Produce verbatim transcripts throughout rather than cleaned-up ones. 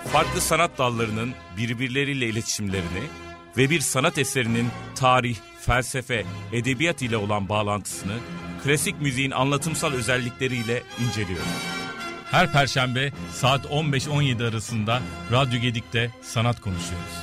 farklı sanat dallarının birbirleriyle iletişimlerini ve bir sanat eserinin tarih, felsefe, edebiyat ile olan bağlantısını klasik müziğin anlatımsal özellikleriyle inceliyoruz. Her Perşembe saat on beş on yedi arasında Radyo Gedik'te sanat konuşuyoruz.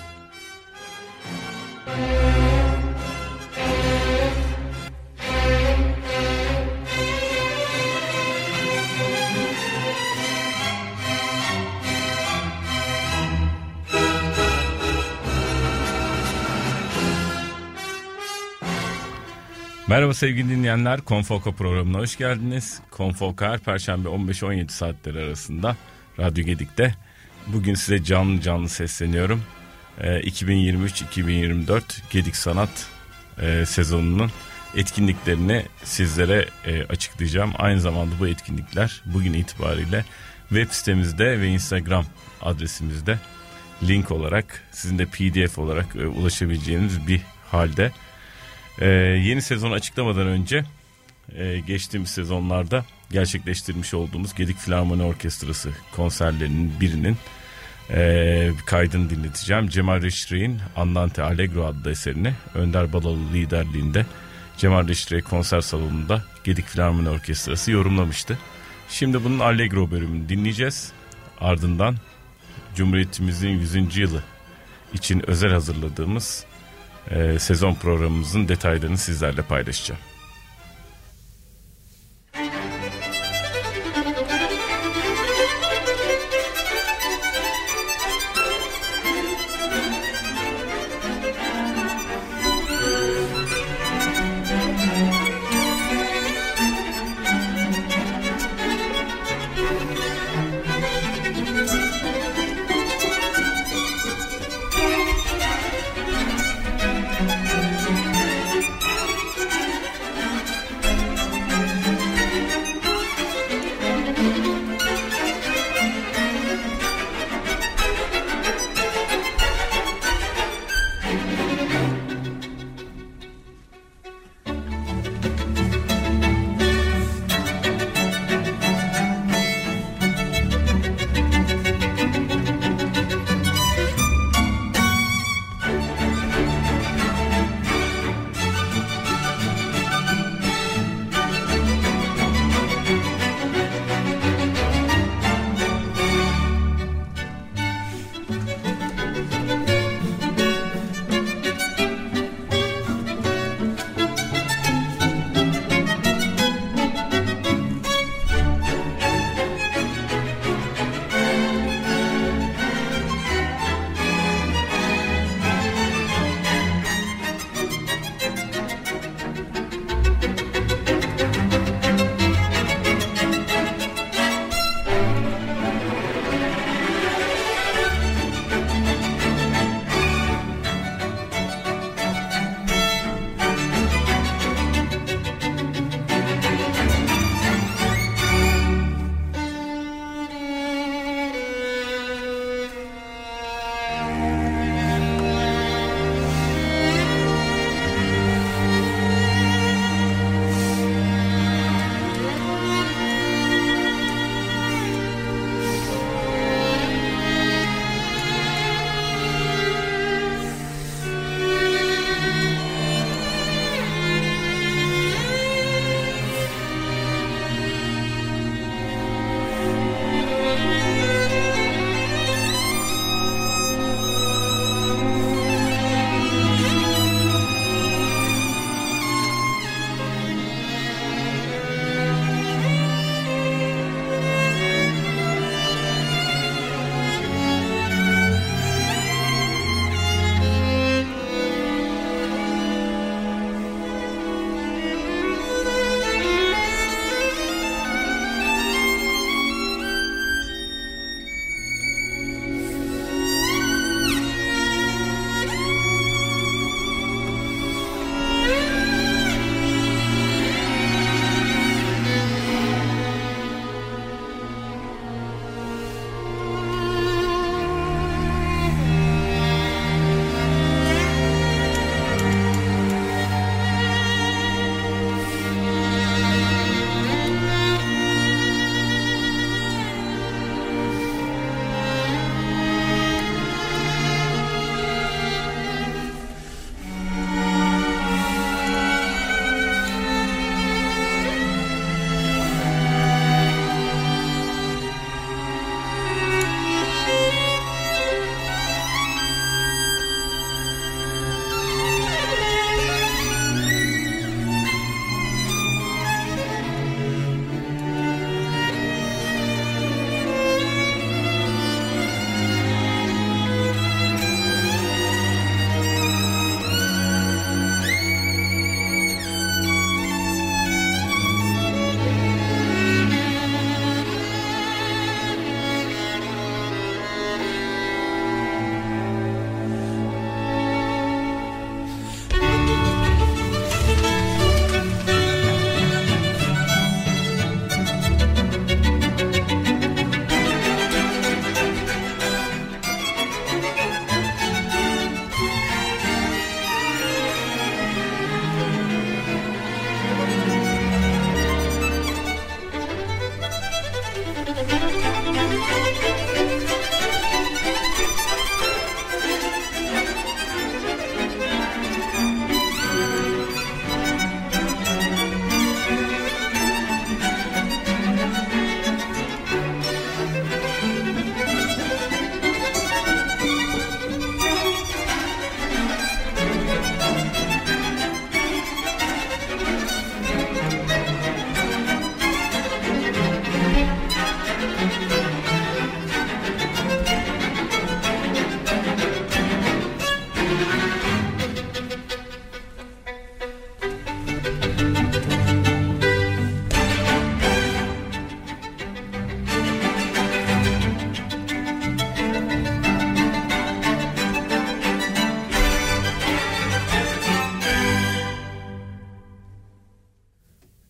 Merhaba sevgili dinleyenler, Konfolka programına hoş geldiniz. Konfolka her Perşembe on beş on yedi saatleri arasında Radyo Gedik'te. Bugün size canlı canlı sesleniyorum. Ee, iki bin yirmi üç iki bin yirmi dört Gedik Sanat e, sezonunun etkinliklerini sizlere e, açıklayacağım. Aynı zamanda bu etkinlikler bugün itibariyle web sitemizde ve Instagram adresimizde link olarak, sizin de P D F olarak e, ulaşabileceğiniz bir halde. Ee, yeni sezonu açıklamadan önce e, geçtiğimiz sezonlarda gerçekleştirmiş olduğumuz Gedik Filarmoni Orkestrası konserlerinin birinin e, kaydını dinleteceğim. Cemal Reşit'in Andante Allegro adlı eserini Önder Balalı liderliğinde Cemal Reşit konser salonunda Gedik Filarmoni Orkestrası yorumlamıştı. Şimdi bunun Allegro bölümünü dinleyeceğiz. Ardından Cumhuriyetimizin yüzüncü yılı için özel hazırladığımız Ee, sezon programımızın detaylarını sizlerle paylaşacağım.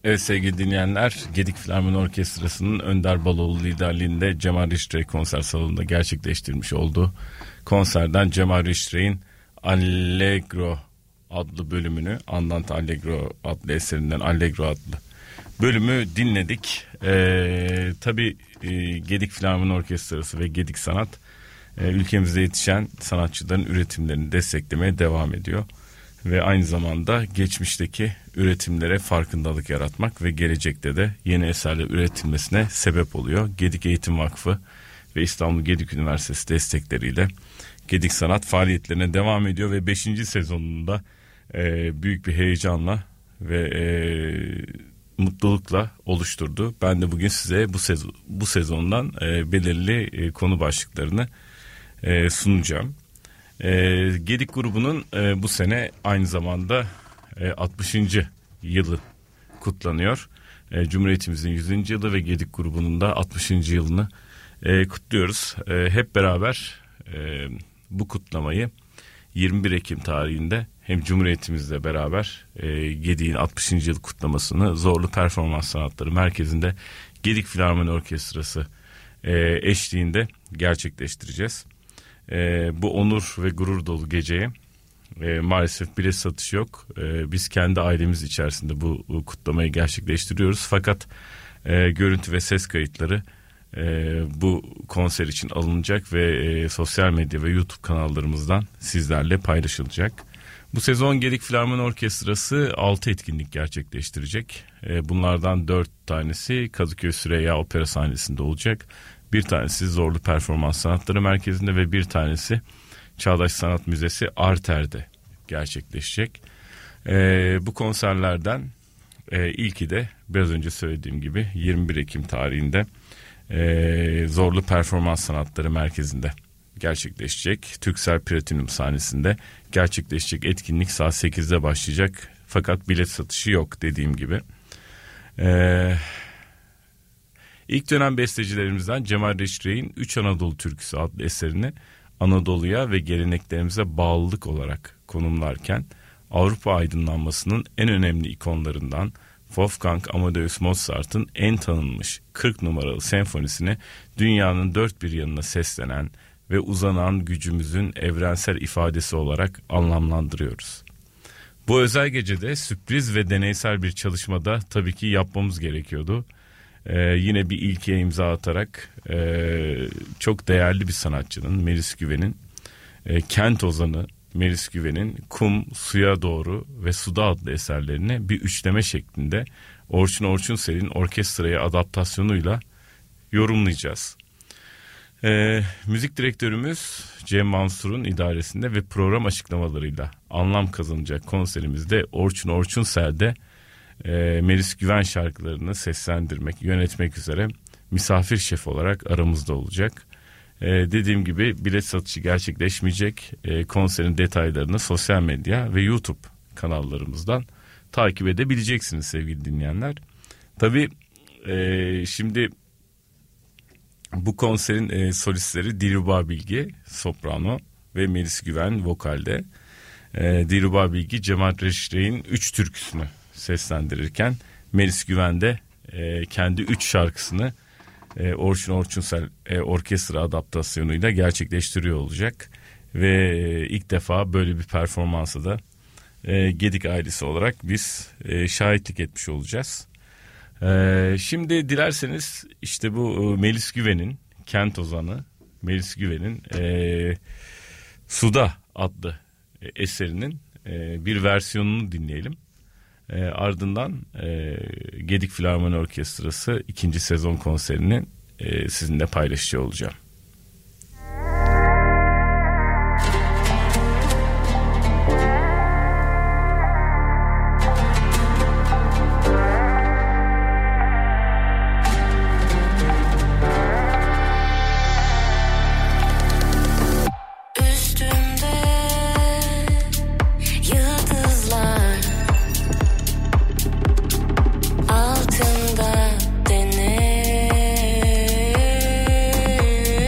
Evet sevgili dinleyenler, Gedik Filarmoni Orkestrası'nın Önder Baloğlu liderliğinde Cemal Reşit Rey konser salonunda gerçekleştirmiş olduğu konserden Cemal Reşit Rey'in Allegro adlı bölümünü, Andante Allegro adlı eserinden Allegro adlı bölümü dinledik. Ee, tabii e, Gedik Filarmoni Orkestrası ve Gedik Sanat e, ülkemizde yetişen sanatçıların üretimlerini desteklemeye devam ediyor. Ve aynı zamanda geçmişteki üretimlere farkındalık yaratmak ve gelecekte de yeni eserler üretilmesine sebep oluyor. Gedik Eğitim Vakfı ve İstanbul Gedik Üniversitesi destekleriyle Gedik Sanat faaliyetlerine devam ediyor ve beşinci sezonunda e, büyük bir heyecanla ve e, mutlulukla oluşturdu. Ben de bugün size bu sezon, bu sezondan e, belirli e, konu başlıklarını e, sunacağım. E, Gedik grubunun e, bu sene aynı zamanda e, altmışıncı yılı kutlanıyor. E, Cumhuriyetimizin yüzüncü yılı ve Gedik grubunun da altmışıncı yılını e, kutluyoruz. E, hep beraber e, bu kutlamayı yirmi bir Ekim tarihinde hem Cumhuriyetimizle beraber e, Gedik'in altmışıncı yıl kutlamasını Zorlu Performans Sanatları Merkezi'nde Gedik Filarmoni Orkestrası e, eşliğinde gerçekleştireceğiz. E, bu onur ve gurur dolu geceye e, maalesef bilet satışı yok. E, biz kendi ailemiz içerisinde bu, bu kutlamayı gerçekleştiriyoruz. Fakat e, görüntü ve ses kayıtları e, bu konser için alınacak ve e, sosyal medya ve YouTube kanallarımızdan sizlerle paylaşılacak. Bu sezon Gedik Filarmoni Orkestrası altı etkinlik gerçekleştirecek. E, bunlardan dört tanesi Kadıköy Süreyya Opera sahnesinde olacak. Bir tanesi Zorlu Performans Sanatları Merkezi'nde ve bir tanesi Çağdaş Sanat Müzesi Arter'de gerçekleşecek. Ee, bu konserlerden e, ilki de biraz önce söylediğim gibi yirmi bir Ekim tarihinde e, Zorlu Performans Sanatları Merkezi'nde gerçekleşecek. Türksel Platinum sahnesinde gerçekleşecek etkinlik saat sekizde başlayacak. Fakat bilet satışı yok dediğim gibi. Eee İlk dönem bestecilerimizden Cemal Reşit Rey'in Üç Anadolu Türküsü adlı eserini Anadolu'ya ve geleneklerimize bağlılık olarak konumlarken Avrupa aydınlanmasının en önemli ikonlarından Wolfgang Amadeus Mozart'ın en tanınmış kırk numaralı senfonisini dünyanın dört bir yanına seslenen ve uzanan gücümüzün evrensel ifadesi olarak anlamlandırıyoruz. Bu özel gecede sürpriz ve deneysel bir çalışmada tabii ki yapmamız gerekiyordu. Ee, yine bir ilkiye imza atarak e, çok değerli bir sanatçının Melis Güven'in e, Kent Ozanı Melis Güven'in Kum, Suya Doğru ve Suda adlı eserlerini bir üçleme şeklinde Orçun Orçunsel'in orkestraya adaptasyonuyla yorumlayacağız. E, müzik direktörümüz Cem Mansur'un idaresinde ve program açıklamalarıyla anlam kazanacak konserimizde Orçun Orçunsel'de E, Melis Güven şarkılarını seslendirmek, yönetmek üzere misafir şef olarak aramızda olacak. E, dediğim gibi bilet satışı gerçekleşmeyecek. E, konserin detaylarını sosyal medya ve YouTube kanallarımızdan takip edebileceksiniz sevgili dinleyenler. Tabii e, şimdi bu konserin e, solistleri Dilruba Bilgi soprano ve Melis Güven vokalde. E, Dilruba Bilgi Cemal Reşit Rey'in üç türküsünü seslendirirken Melis Güven de e, kendi üç şarkısını e, Orçun Orçunsel e, orkestra adaptasyonuyla gerçekleştiriyor olacak ve e, ilk defa böyle bir performansa da e, Gedik ailesi olarak biz e, şahitlik etmiş olacağız. E, şimdi dilerseniz işte bu e, Melis Güven'in Kent Ozanı Melis Güven'in e, Suda adlı e, eserinin e, bir versiyonunu dinleyelim. E, ardından e, Gedik Filarmoni Orkestrası ikinci sezon konserini e, sizinle paylaşıyor olacağım. Altında deniz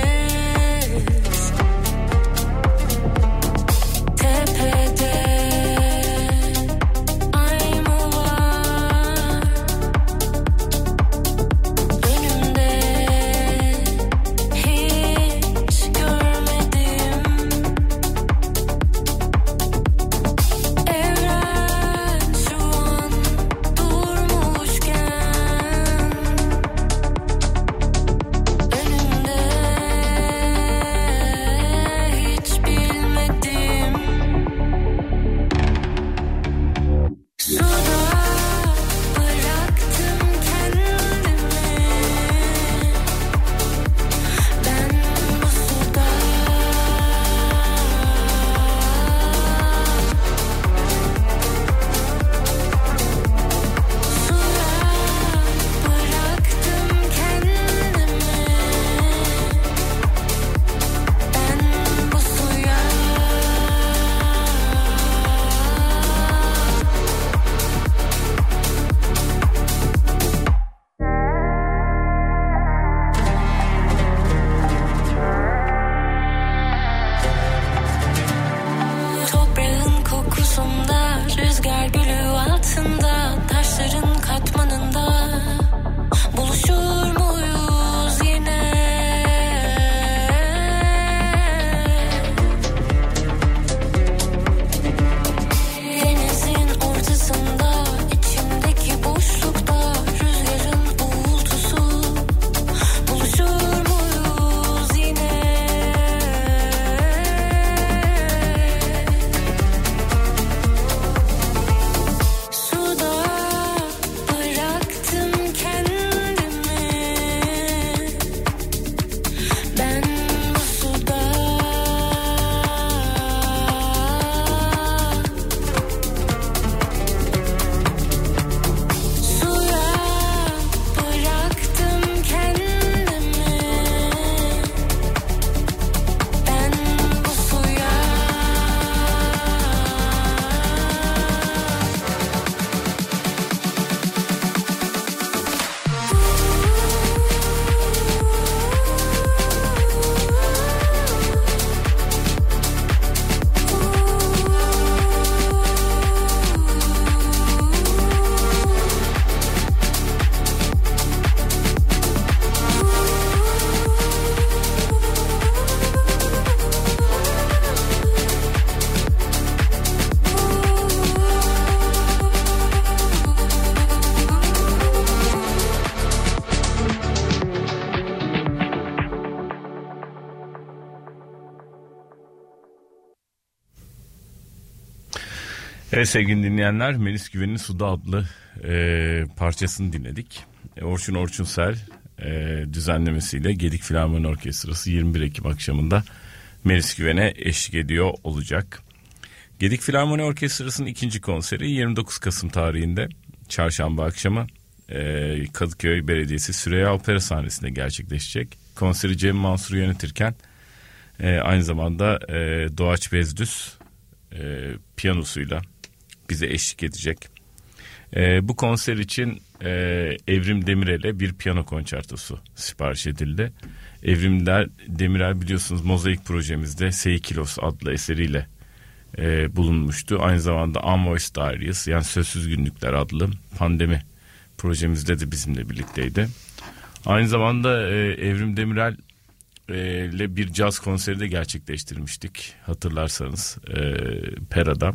Evet sevgili dinleyenler, Melis Güven'in Suda adlı e, parçasını dinledik. E, Orçun Orçunsel e, düzenlemesiyle Gedik Filarmoni Orkestrası yirmi bir Ekim akşamında Melis Güven'e eşlik ediyor olacak. Gedik Filarmoni Orkestrası'nın ikinci konseri yirmi dokuz Kasım tarihinde çarşamba akşamı e, Kadıköy Belediyesi Süreyya Opera sahnesinde gerçekleşecek. Konseri Cem Mansur yönetirken e, aynı zamanda e, Doğaç Bezdüz e, piyanosuyla bize eşlik edecek. E, bu konser için e, Evrim Demirel'e bir piyano konçertosu sipariş edildi. Evrim Demirel biliyorsunuz Mozaik projemizde Seikilos adlı eseriyle e, bulunmuştu. Aynı zamanda Unvoiced Diaries yani Sözsüz Günlükler adlı pandemi projemizde de bizimle birlikteydi. Aynı zamanda e, Evrim Demirel e, ile bir caz konseri de gerçekleştirmiştik hatırlarsanız e, Pera'da.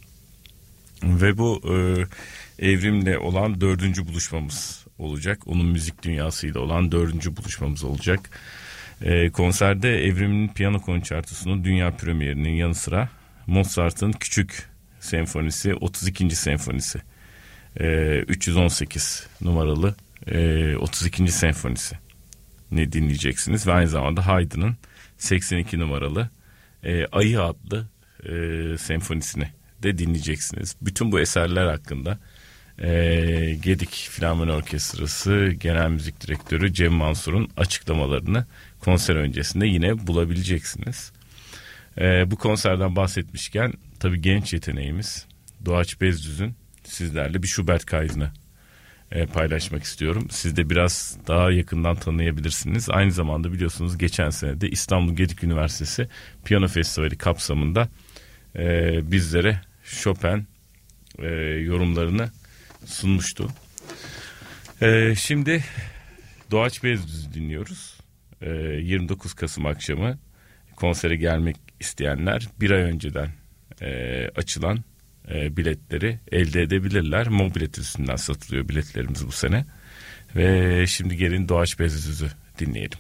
Ve bu e, Evrim'le olan dördüncü buluşmamız olacak. Onun müzik dünyasıyla olan dördüncü buluşmamız olacak. E, konserde Evrim'in piyano konçertosunun dünya premierinin yanı sıra Mozart'ın Küçük Senfonisi, otuz ikinci Senfonisi, e, üç yüz on sekiz numaralı e, otuz ikinci Senfonisi ne dinleyeceksiniz. Ve aynı zamanda Haydn'ın seksen iki numaralı e, Ayı adlı e, senfonisini de dinleyeceksiniz. Bütün bu eserler hakkında e, Gedik Filarmoni Orkestrası Genel Müzik Direktörü Cem Mansur'un açıklamalarını konser öncesinde yine bulabileceksiniz. E, bu konserden bahsetmişken tabii genç yeteneğimiz Doğaç Bezdüz'ün sizlerle bir Schubert kaydını e, paylaşmak istiyorum. Siz de biraz daha yakından tanıyabilirsiniz. Aynı zamanda biliyorsunuz geçen sene de İstanbul Gedik Üniversitesi Piyano Festivali kapsamında e, bizlere Chopin e, yorumlarını sunmuştu. E, şimdi Doğaç Bezdüz'ü dinliyoruz. E, yirmi dokuz Kasım akşamı konsere gelmek isteyenler bir ay önceden e, açılan e, biletleri elde edebilirler. Mobilet üstünden satılıyor biletlerimiz bu sene. Ve şimdi gelin Doğaç Bezdüz'ü dinleyelim.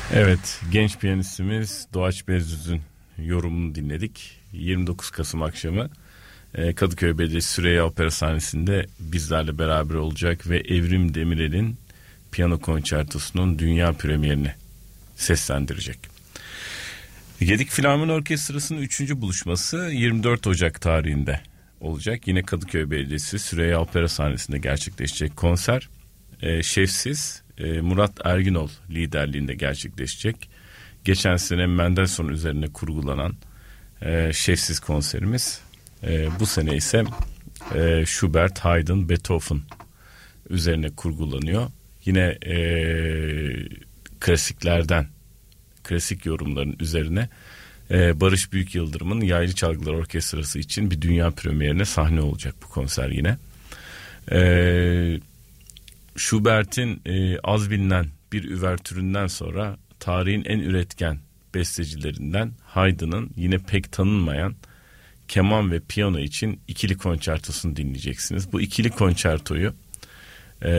Evet, genç piyanistimiz Doğaç Bezdüz'ün yorumunu dinledik. yirmi dokuz Kasım akşamı Kadıköy Belediyesi Süreyya Opera sahnesinde bizlerle beraber olacak ve Evrim Demirel'in piyano konçertosunun dünya premierini seslendirecek. Gedik Filarmoni Orkestrası'nın üçüncü buluşması yirmi dört Ocak tarihinde olacak. Yine Kadıköy Belediyesi Süreyya Opera sahnesinde gerçekleşecek konser. E, şefsiz e, Murat Erginol liderliğinde gerçekleşecek. Geçen sene Mendelssohn üzerine kurgulanan e, şefsiz konserimiz. E, bu sene ise e, Schubert, Haydn, Beethoven üzerine kurgulanıyor. Yine e, klasiklerden, klasik yorumların üzerine e, Barış Büyük Yıldırım'ın Yaylı Çalgılar Orkestrası için bir dünya premierine sahne olacak bu konser yine. E, Schubert'in e, az bilinen bir üvertüründen sonra tarihin en üretken bestecilerinden Haydn'ın yine pek tanınmayan keman ve piyano için ikili konçertosunu dinleyeceksiniz. Bu ikili konçertoyu e,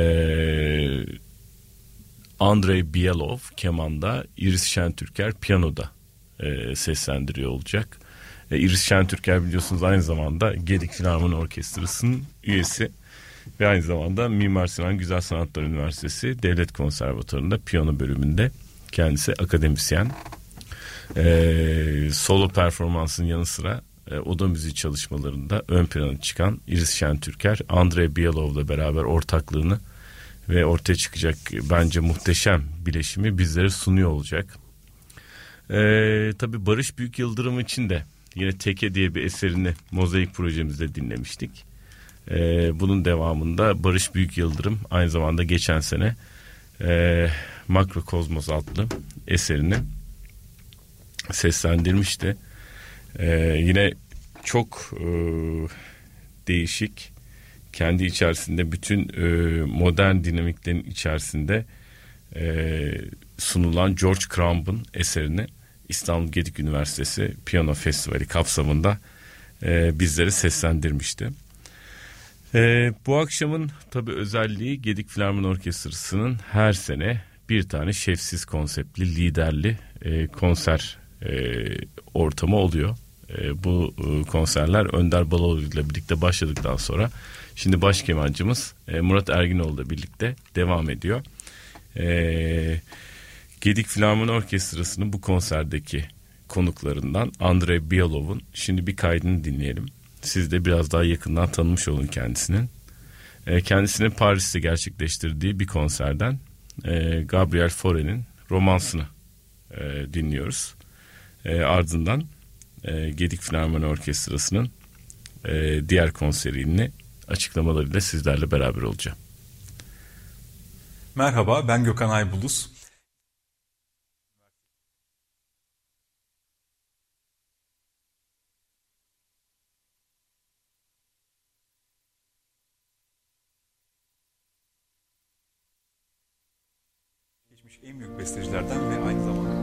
Andrei Bielov kemanda, Iris Şentürker piyanoda e, seslendiriyor olacak. E, Iris Şentürker biliyorsunuz aynı zamanda Gedik Filarmoni Orkestrası'nın üyesi ve aynı zamanda Mimar Sinan Güzel Sanatlar Üniversitesi Devlet Konservatuvarı'nda piyano bölümünde kendisi akademisyen. E, solo performansın yanı sıra e, oda müziği çalışmalarında ön plana çıkan Iris Şentürker, Andrei Bielov'la beraber ortaklığını ve ortaya çıkacak bence muhteşem bileşimi bizlere sunuyor olacak. Ee, tabii Barış Büyük Yıldırım için de yine Teke diye bir eserini Mozaik projemizde dinlemiştik. Ee, bunun devamında Barış Büyük Yıldırım aynı zamanda geçen sene e, Makrokozmos adlı eserini seslendirmişti. Ee, yine çok e, değişik, kendi içerisinde bütün e, modern dinamiklerin içerisinde e, sunulan George Crumb'ın eserini İstanbul Gedik Üniversitesi Piyano Festivali kapsamında e, bizlere seslendirmişti. E, bu akşamın tabii özelliği Gedik Filarmoni Orkestrası'nın her sene bir tane şefsiz konseptli, liderli e, konser e, ortamı oluyor. E, bu e, konserler Önder Baloğlu ile birlikte başladıktan sonra şimdi baş kemancımız e, Murat Erginoğlu ile birlikte devam ediyor. E, Gedik Filarmoni Orkestrası'nın bu konserdeki konuklarından Andrei Bielov'un şimdi bir kaydını dinleyelim. Siz de biraz daha yakından tanımış olun kendisinin. E, kendisinin Paris'te gerçekleştirdiği bir konserden e, Gabriel Fauré'nin romansını e, dinliyoruz. E, ardından e, Gedik Filarmoni Orkestrası'nın e, diğer konserini açıklamalarıyla sizlerle beraber olacağım. Merhaba, ben Gökhan Aybulus. Geçmiş en büyük bestecilerden ve aynı zamanda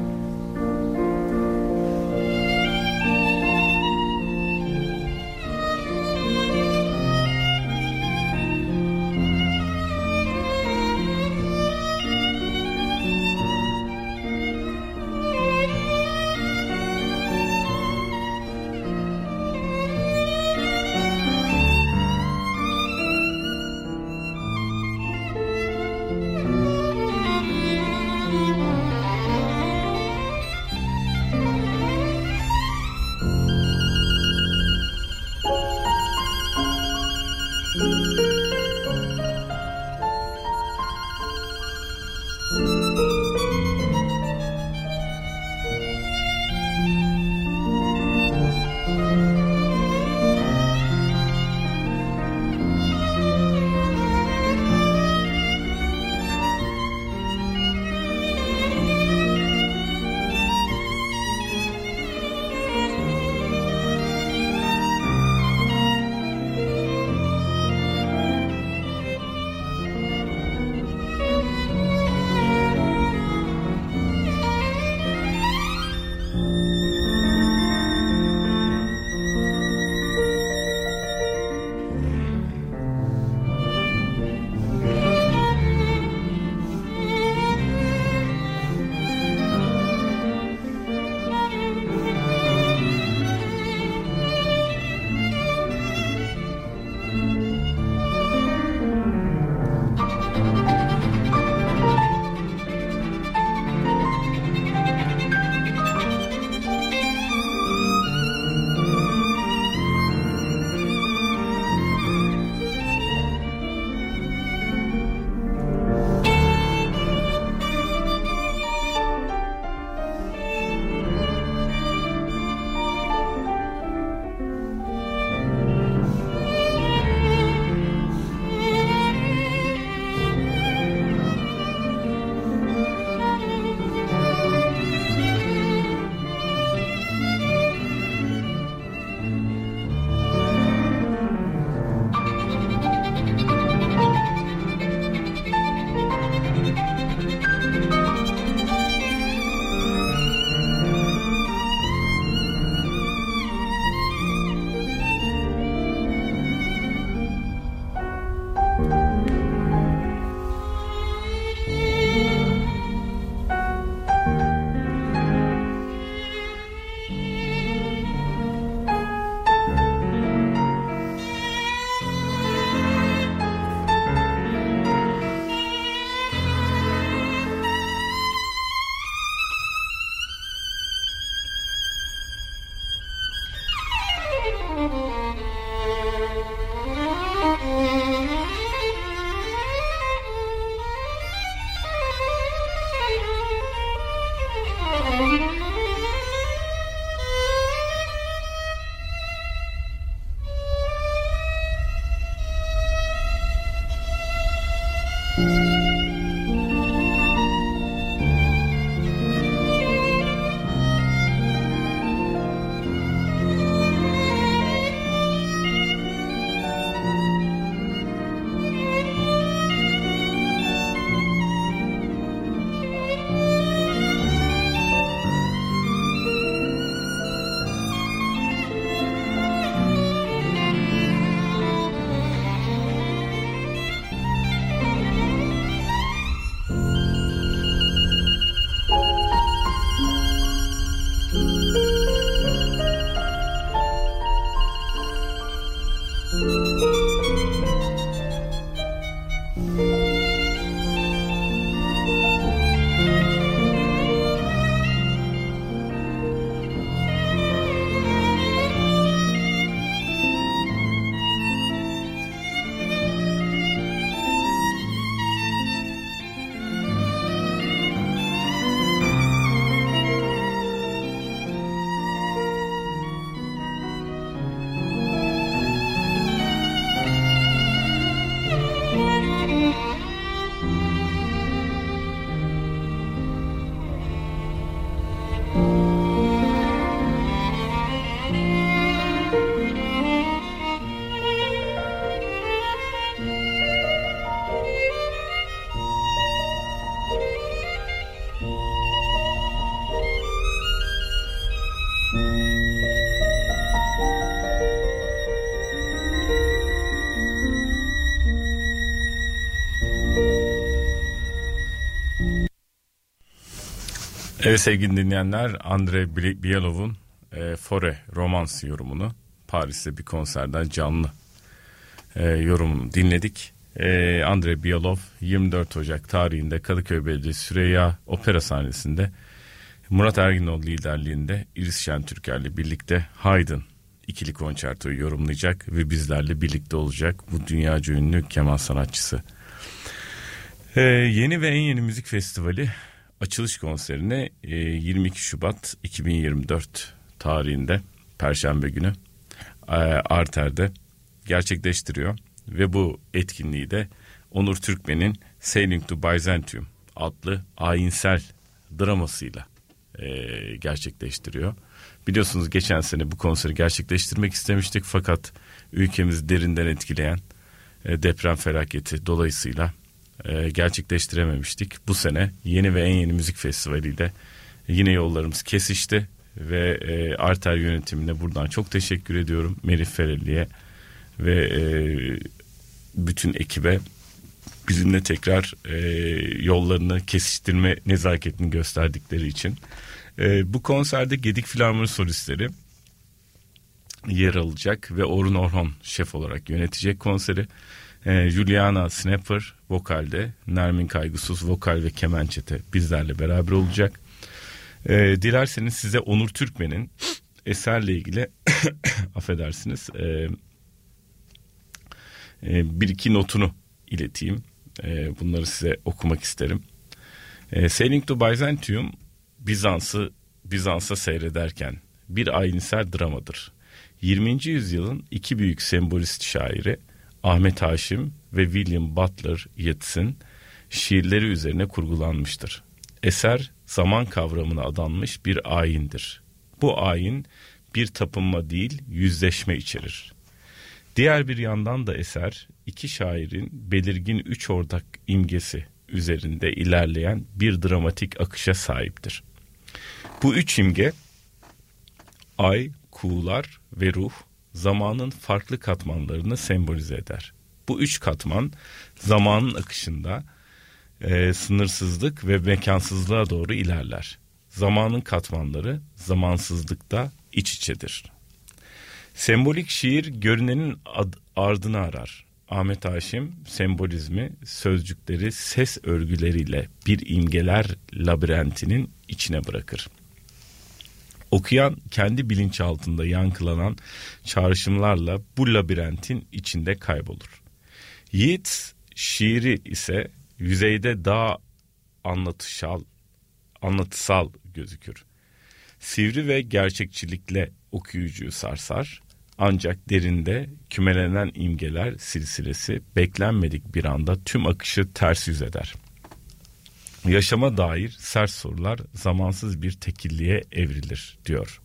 Evet sevgili dinleyenler, Andrei Bielov'un e, Fore romans yorumunu Paris'te bir konserden canlı e, yorum dinledik. E, Andrei Bielov yirmi dört Ocak tarihinde Kadıköy Belediyesi Süreyya Opera sahnesinde Murat Erginoğlu liderliğinde İris Şentürker'le birlikte Haydn ikili konçertoyu yorumlayacak ve bizlerle birlikte olacak bu dünyaca ünlü keman sanatçısı. E, yeni ve en yeni müzik festivali açılış konserini yirmi iki Şubat iki bin yirmi dört tarihinde Perşembe günü Arter'de gerçekleştiriyor ve bu etkinliği de Onur Türkmen'in Sailing to Byzantium adlı ayinsel dramasıyla gerçekleştiriyor. Biliyorsunuz geçen sene bu konseri gerçekleştirmek istemiştik fakat ülkemizi derinden etkileyen deprem felaketi dolayısıyla gerçekleştirememiştik. Bu sene yeni ve en yeni müzik festivaliyle yine yollarımız kesişti ve e, Arter yönetimine buradan çok teşekkür ediyorum. Merih Ferelli'ye ve e, bütün ekibe bizimle tekrar e, yollarını kesiştirme nezaketini gösterdikleri için. E, bu konserde Gedik Filarmoni solistleri yer alacak ve Orhun Orhon şef olarak yönetecek konseri. Ee, Juliana Snapper vokalde, Nermin Kaygısız vokal ve kemençete bizlerle beraber olacak. Ee, dilerseniz size Onur Türkmen'in eserle ilgili affedersiniz e, e, bir iki notunu ileteyim. E, bunları size okumak isterim. E, Sailing to Byzantium Bizans'ı Bizans'a seyrederken bir ayinsel dramadır. yirminci yüzyılın iki büyük sembolist şairi Ahmet Haşim ve William Butler Yeats'in şiirleri üzerine kurgulanmıştır. Eser zaman kavramına adanmış bir ayindir. Bu ayin bir tapınma değil, yüzleşme içerir. Diğer bir yandan da eser iki şairin belirgin üç ortak imgesi üzerinde ilerleyen bir dramatik akışa sahiptir. Bu üç imge ay, kuğular ve ruh zamanın farklı katmanlarını sembolize eder. Bu üç katman zamanın akışında e, sınırsızlık ve mekansızlığa doğru ilerler. Zamanın katmanları zamansızlıkta iç içedir. Sembolik şiir görünenin ad, ardını arar. Ahmet Haşim sembolizmi sözcükleri ses örgüleriyle bir imgeler labirentinin içine bırakır. Okuyan kendi bilinçaltında yankılanan çağrışımlarla bu labirentin içinde kaybolur. Yeats şiiri ise yüzeyde daha anlatısal, anlatısal gözükür. Sivri ve gerçekçilikle okuyucuyu sarsar. Ancak derinde kümelenen imgeler silsilesi beklenmedik bir anda tüm akışı ters yüz eder. Yaşama dair sert sorular zamansız bir tekilliğe evrilir diyor.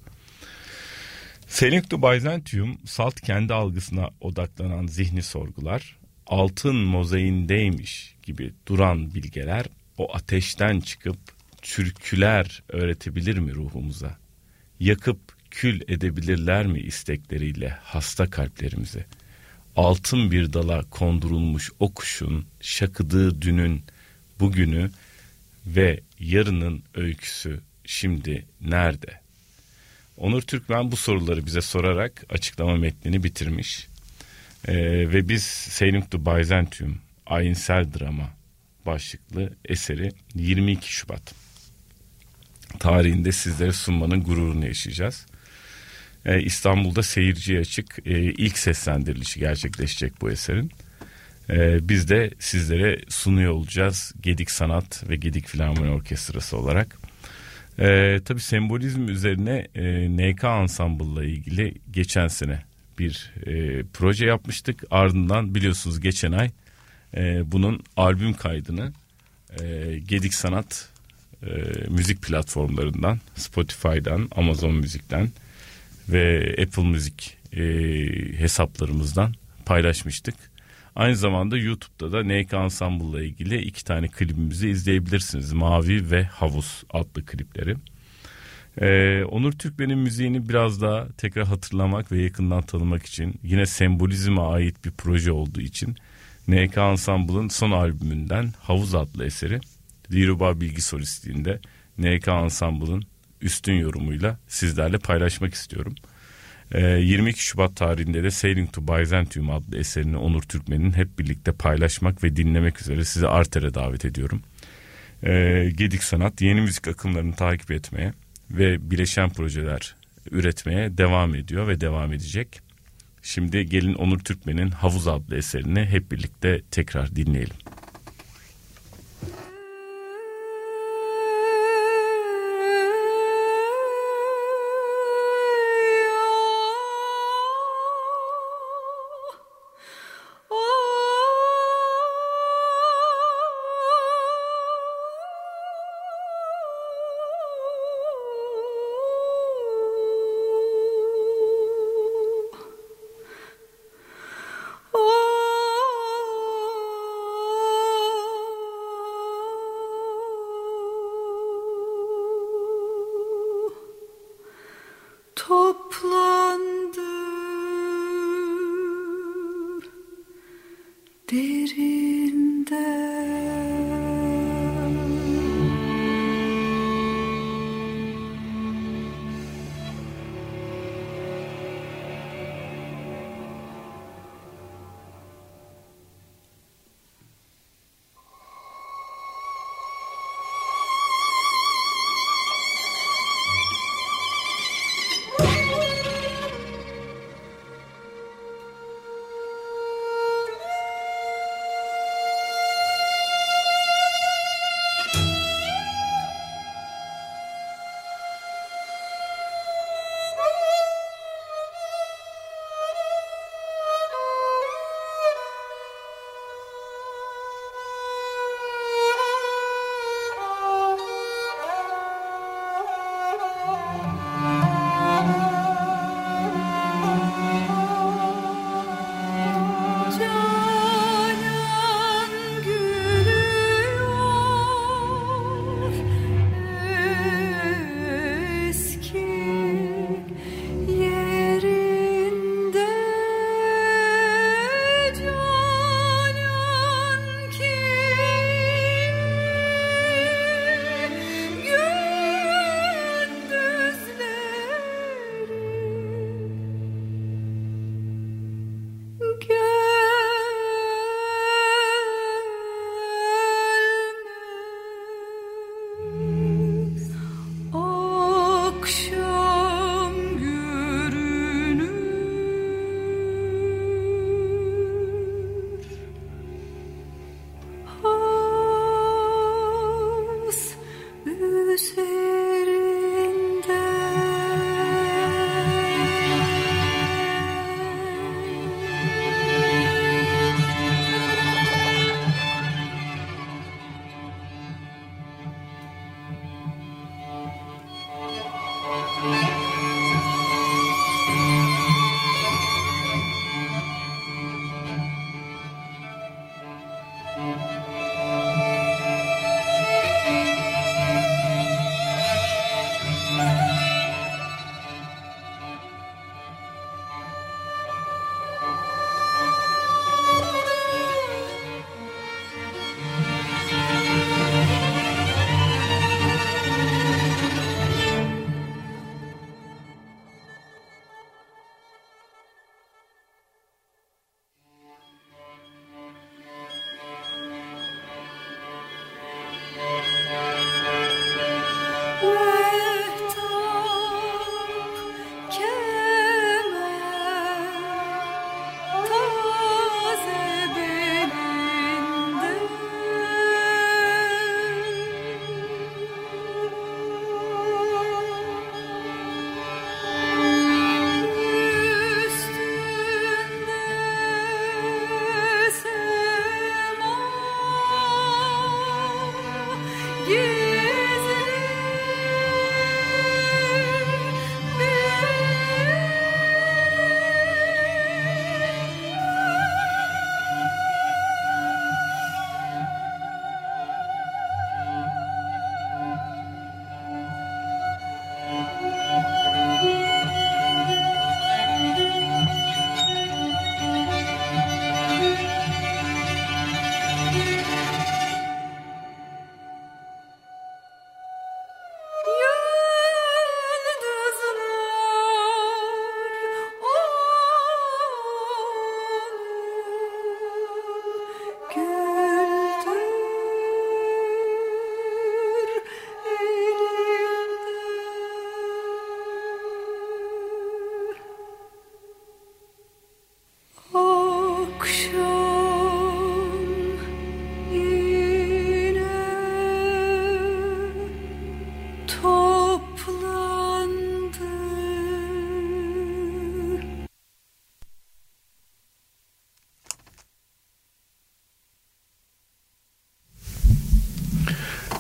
Selinktu Byzantium salt kendi algısına odaklanan zihni sorgular, altın mozaiğindeymiş gibi duran bilgeler o ateşten çıkıp türküler öğretebilir mi ruhumuza? Yakıp kül edebilirler mi istekleriyle hasta kalplerimizi? Altın bir dala kondurulmuş o kuşun şakıdığı dünün, bugünü ve yarının öyküsü şimdi nerede? Onur Türkmen bu soruları bize sorarak açıklama metnini bitirmiş. Ee, ve biz Selinktu Byzantium ayinsel drama başlıklı eseri yirmi iki Şubat tarihinde sizlere sunmanın gururunu yaşayacağız. Ee, İstanbul'da seyirciye açık e, ilk seslendirilişi gerçekleşecek bu eserin. Ee, biz de sizlere sunuyor olacağız Gedik Sanat ve Gedik Filarmoni Orkestrası olarak. Ee, tabii sembolizm üzerine e, N K Ensemble'la ilgili geçen sene bir e, proje yapmıştık. Ardından biliyorsunuz geçen ay e, bunun albüm kaydını e, Gedik Sanat e, müzik platformlarından, Spotify'dan, Amazon Müzik'ten ve Apple Müzik e, hesaplarımızdan paylaşmıştık. Aynı zamanda YouTube'da da N K Ensemble'la ilgili iki tane klibimizi izleyebilirsiniz. Mavi ve Havuz adlı klipleri. Ee, Onur Türkmen'in müziğini biraz daha tekrar hatırlamak ve yakından tanımak için, yine sembolizme ait bir proje olduğu için N K Ensemble'ın son albümünden Havuz adlı eseri Dilruba Bilgi solistliğinde N K Ensemble'ın üstün yorumuyla sizlerle paylaşmak istiyorum. yirmi iki Şubat tarihinde de Sailing to Byzantium adlı eserini Onur Türkmen'in hep birlikte paylaşmak ve dinlemek üzere sizi Arter'e davet ediyorum. Gedik Sanat yeni müzik akımlarını takip etmeye ve bileşen projeler üretmeye devam ediyor ve devam edecek. Şimdi gelin Onur Türkmen'in Havuz adlı eserini hep birlikte tekrar dinleyelim.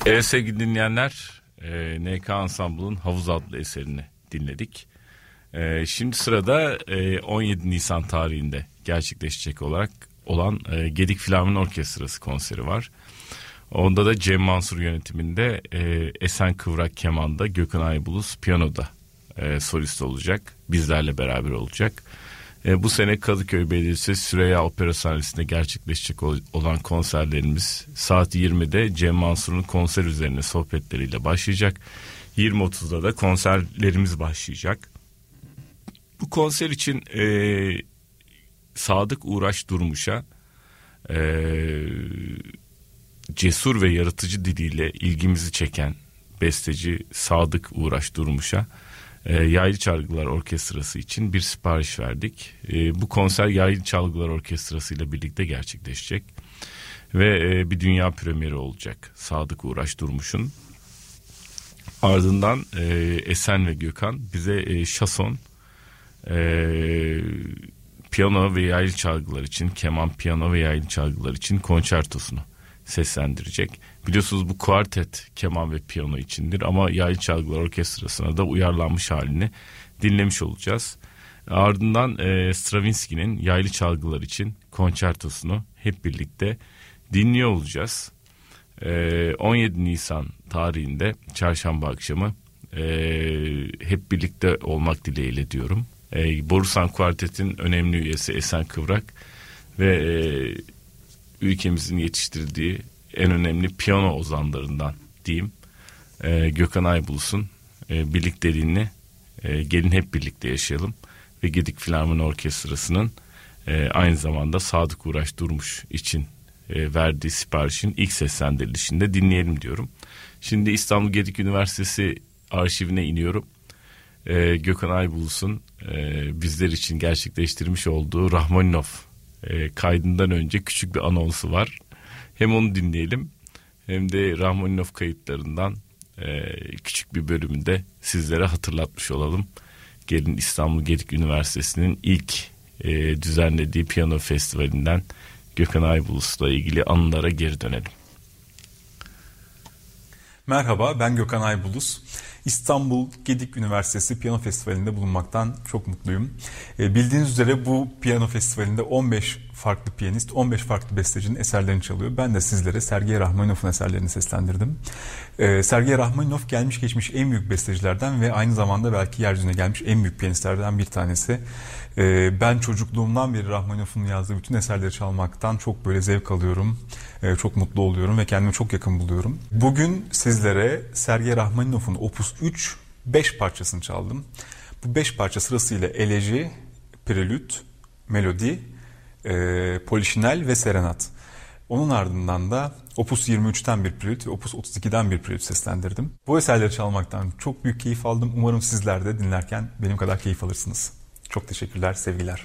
Evet sevgili dinleyenler, e, N K Ensemble'ın Havuz adlı eserini dinledik. E, şimdi sırada e, on yedi Nisan tarihinde gerçekleşecek olarak olan e, Gedik Filarmoni Orkestrası konseri var. Onda da Cem Mansur yönetiminde e, Esen Kıvrak kemanda, Gökhan Aybulus piyanoda e, solist olacak. Bizlerle beraber olacak. E, bu sene Kadıköy Belediyesi Süreyya Opera Sahnesi'nde gerçekleşecek olan konserlerimiz saat yirmide Cem Mansur'un konser üzerine sohbetleriyle başlayacak. yirmi otuzda da konserlerimiz başlayacak. Bu konser için e, Sadık Uğraş Durmuş'a e, cesur ve yaratıcı diliyle ilgimizi çeken besteci Sadık Uğraş Durmuş'a e, Yaylı Çalgılar Orkestrası için bir sipariş verdik. E, bu konser Yaylı Çalgılar Orkestrası ile birlikte gerçekleşecek ve e, bir dünya premieri olacak Sadık Uğraş Durmuş'un. Ardından e, Esen ve Gökhan bize e, şason, e, piyano ve yaylı çalgılar için, keman, piyano ve yaylı çalgılar için konçertosunu seslendirecek. Biliyorsunuz bu kuartet keman ve piyano içindir ama yaylı çalgılar orkestrasına da uyarlanmış halini dinlemiş olacağız. Ardından e, Stravinsky'nin yaylı çalgılar için konçertosunu hep birlikte dinliyor olacağız. E, on yedi Nisan tarihinde çarşamba akşamı e, hep birlikte olmak dileğiyle diyorum. E, Borusan Kuartet'in önemli üyesi Esen Kıvrak ve e, ülkemizin yetiştirdiği en önemli piyano ozanlarından diyeyim e, Gökhan Aybulus'un e, birlikteliğini e, gelin hep birlikte yaşayalım ve Gedik Filarmoni Orkestrası'nın e, aynı zamanda Sadık Uğraş Durmuş için e, verdiği siparişin ilk seslendirilişinde dinleyelim diyorum. Şimdi İstanbul Gedik Üniversitesi arşivine iniyorum. E, Gökhan Aybulus'un e, bizler için gerçekleştirmiş olduğu Rahmaninov e, kaydından önce küçük bir anonsu var. Hem onu dinleyelim hem de Rahmaninov kayıtlarından e, küçük bir bölümünde sizlere hatırlatmış olalım. Gelin İstanbul Gedik Üniversitesi'nin ilk e, düzenlediği piyano festivalinden Gökhan Aybulus'la ilgili anılara geri dönelim. Merhaba, ben Gökhan Aybulus. İstanbul Gedik Üniversitesi Piyano Festivali'nde bulunmaktan çok mutluyum. E, bildiğiniz üzere bu piyano festivalinde on beş farklı piyanist, on beş farklı bestecinin eserlerini çalıyor. Ben de sizlere Sergey Rahmaninov'un eserlerini seslendirdim. E, Sergey Rahmaninov gelmiş geçmiş en büyük bestecilerden ve aynı zamanda belki yeryüzüne gelmiş en büyük piyanistlerden bir tanesi. E, ben çocukluğumdan beri Rahmaninov'un yazdığı bütün eserleri çalmaktan çok böyle zevk alıyorum. E, çok mutlu oluyorum ve kendimi çok yakın buluyorum. Bugün sizlere Sergey Rahmaninov'un Opus üç beş parçasını çaldım. Bu beş parça sırasıyla eleji, prelüt, melodi, e, polişinel ve serenat. Onun ardından da Opus yirmi üçten bir prelüt ve Opus otuz ikiden bir prelüt seslendirdim. Bu eserleri çalmaktan çok büyük keyif aldım. Umarım sizler de dinlerken benim kadar keyif alırsınız. Çok teşekkürler, sevgiler.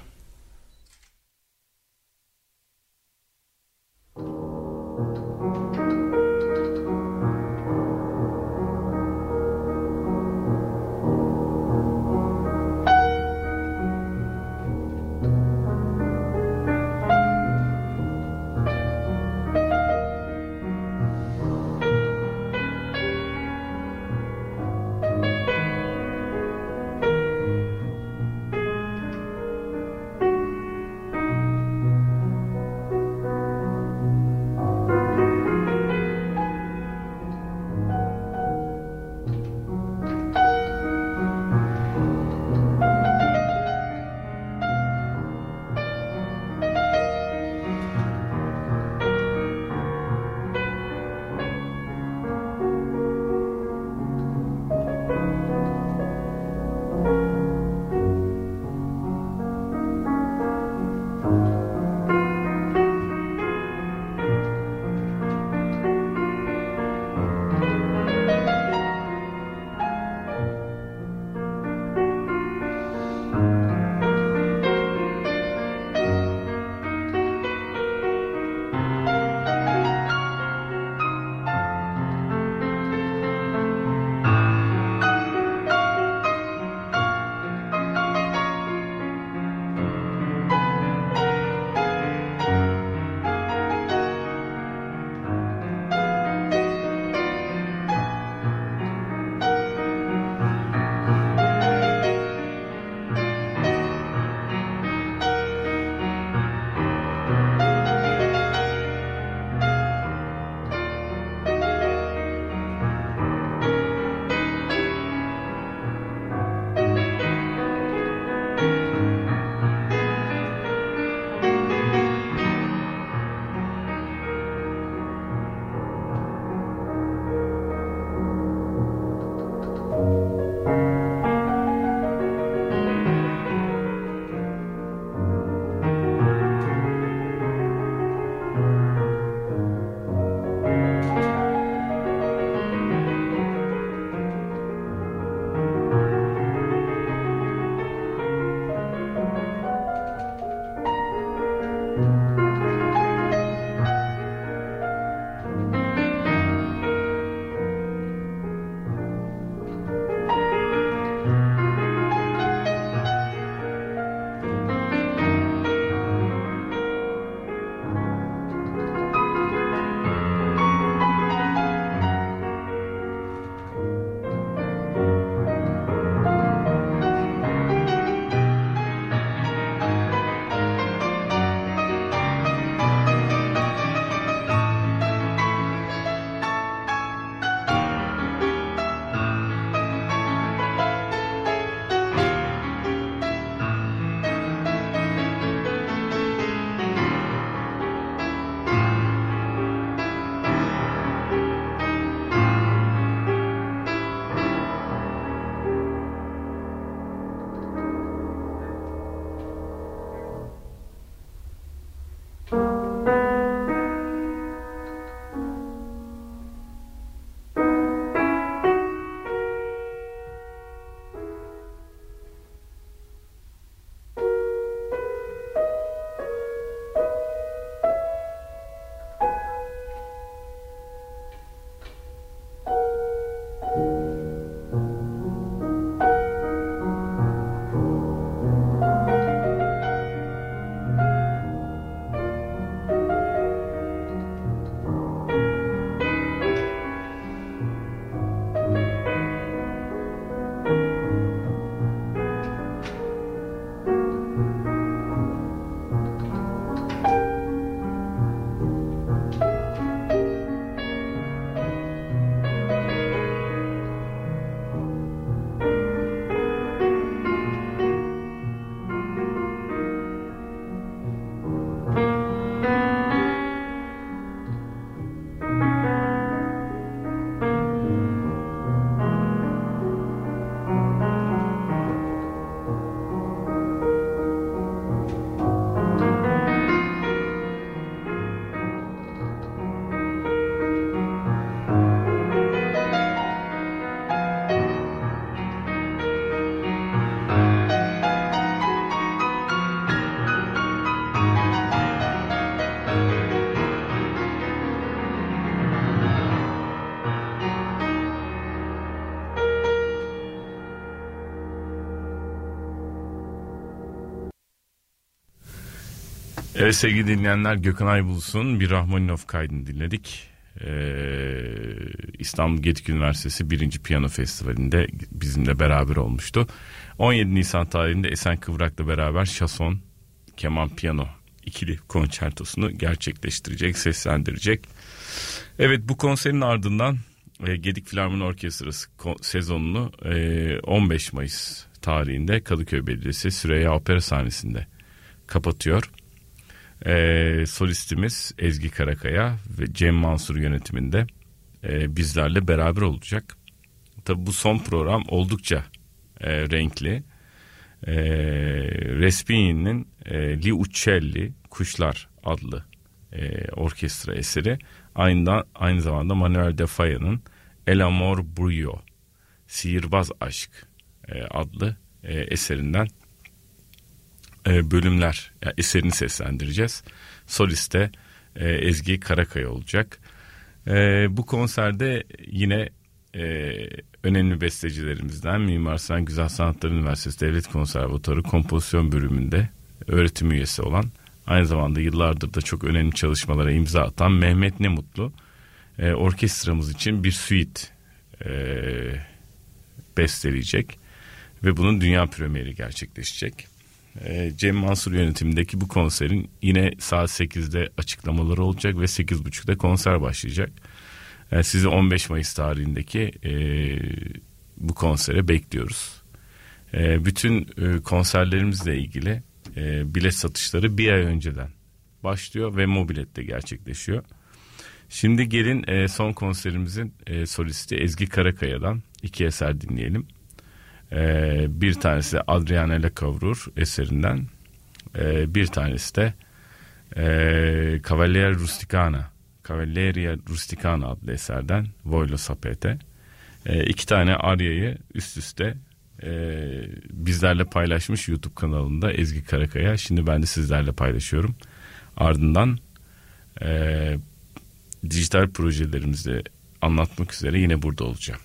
Evet sevgili dinleyenler, Gökhan Aybulus'un bir Rahmaninov kaydını dinledik. Ee, İstanbul Gedik Üniversitesi birinci Piyano Festivali'nde bizimle beraber olmuştu. on yedi Nisan tarihinde Esen Kıvrak'la beraber şason, keman, piyano ikili konçertosunu gerçekleştirecek, seslendirecek. Evet, bu konserin ardından e, Gedik Filarmoni Orkestrası ko- sezonunu e, on beş Mayıs tarihinde Kadıköy Belediyesi Süreyya Opera sahnesinde kapatıyor. E, solistimiz Ezgi Karakaya ve Cem Mansur yönetiminde e, bizlerle beraber olacak. Tabi bu son program oldukça e, renkli. E, Respighi'nin e, Li Uccelli Kuşlar adlı e, orkestra eseri, aynı, aynı zamanda Manuel de Falla'nın El Amor Brujo, Sihirbaz Aşk e, adlı e, eserinden e, bölümler, yani eserini seslendireceğiz. Soliste e, Ezgi Karakaya olacak. E, bu konserde yine e, önemli bestecilerimizden Mimar Sinan Güzel Sanatlar Üniversitesi Devlet Konservatuarı kompozisyon bölümünde öğretim üyesi olan, aynı zamanda yıllardır da çok önemli çalışmalara imza atan Mehmet Nemutlu e, orkestramız için bir suite e, besteleyecek ve bunun dünya premieri gerçekleşecek. E, Cem Mansur yönetimindeki bu konserin yine saat sekizde açıklamaları olacak ve sekiz buçukta konser başlayacak. E, sizi on beş Mayıs tarihindeki e, bu konsere bekliyoruz. E, bütün e, konserlerimizle ilgili e, bilet satışları bir ay önceden başlıyor ve mobilette gerçekleşiyor. Şimdi gelin e, son konserimizin e, solisti Ezgi Karakaya'dan iki eser dinleyelim. E, bir tanesi Adriana Lecouvreur eserinden, e, bir tanesi de e, Cavalleria Rusticana, Cavalleria Rusticana adlı eserden Voglio Sapete. E, iki tane aryayı üst üste e, bizlerle paylaşmış YouTube kanalında Ezgi Karakaya. Şimdi ben de sizlerle paylaşıyorum. Ardından e, dijital projelerimizi anlatmak üzere yine burada olacağım.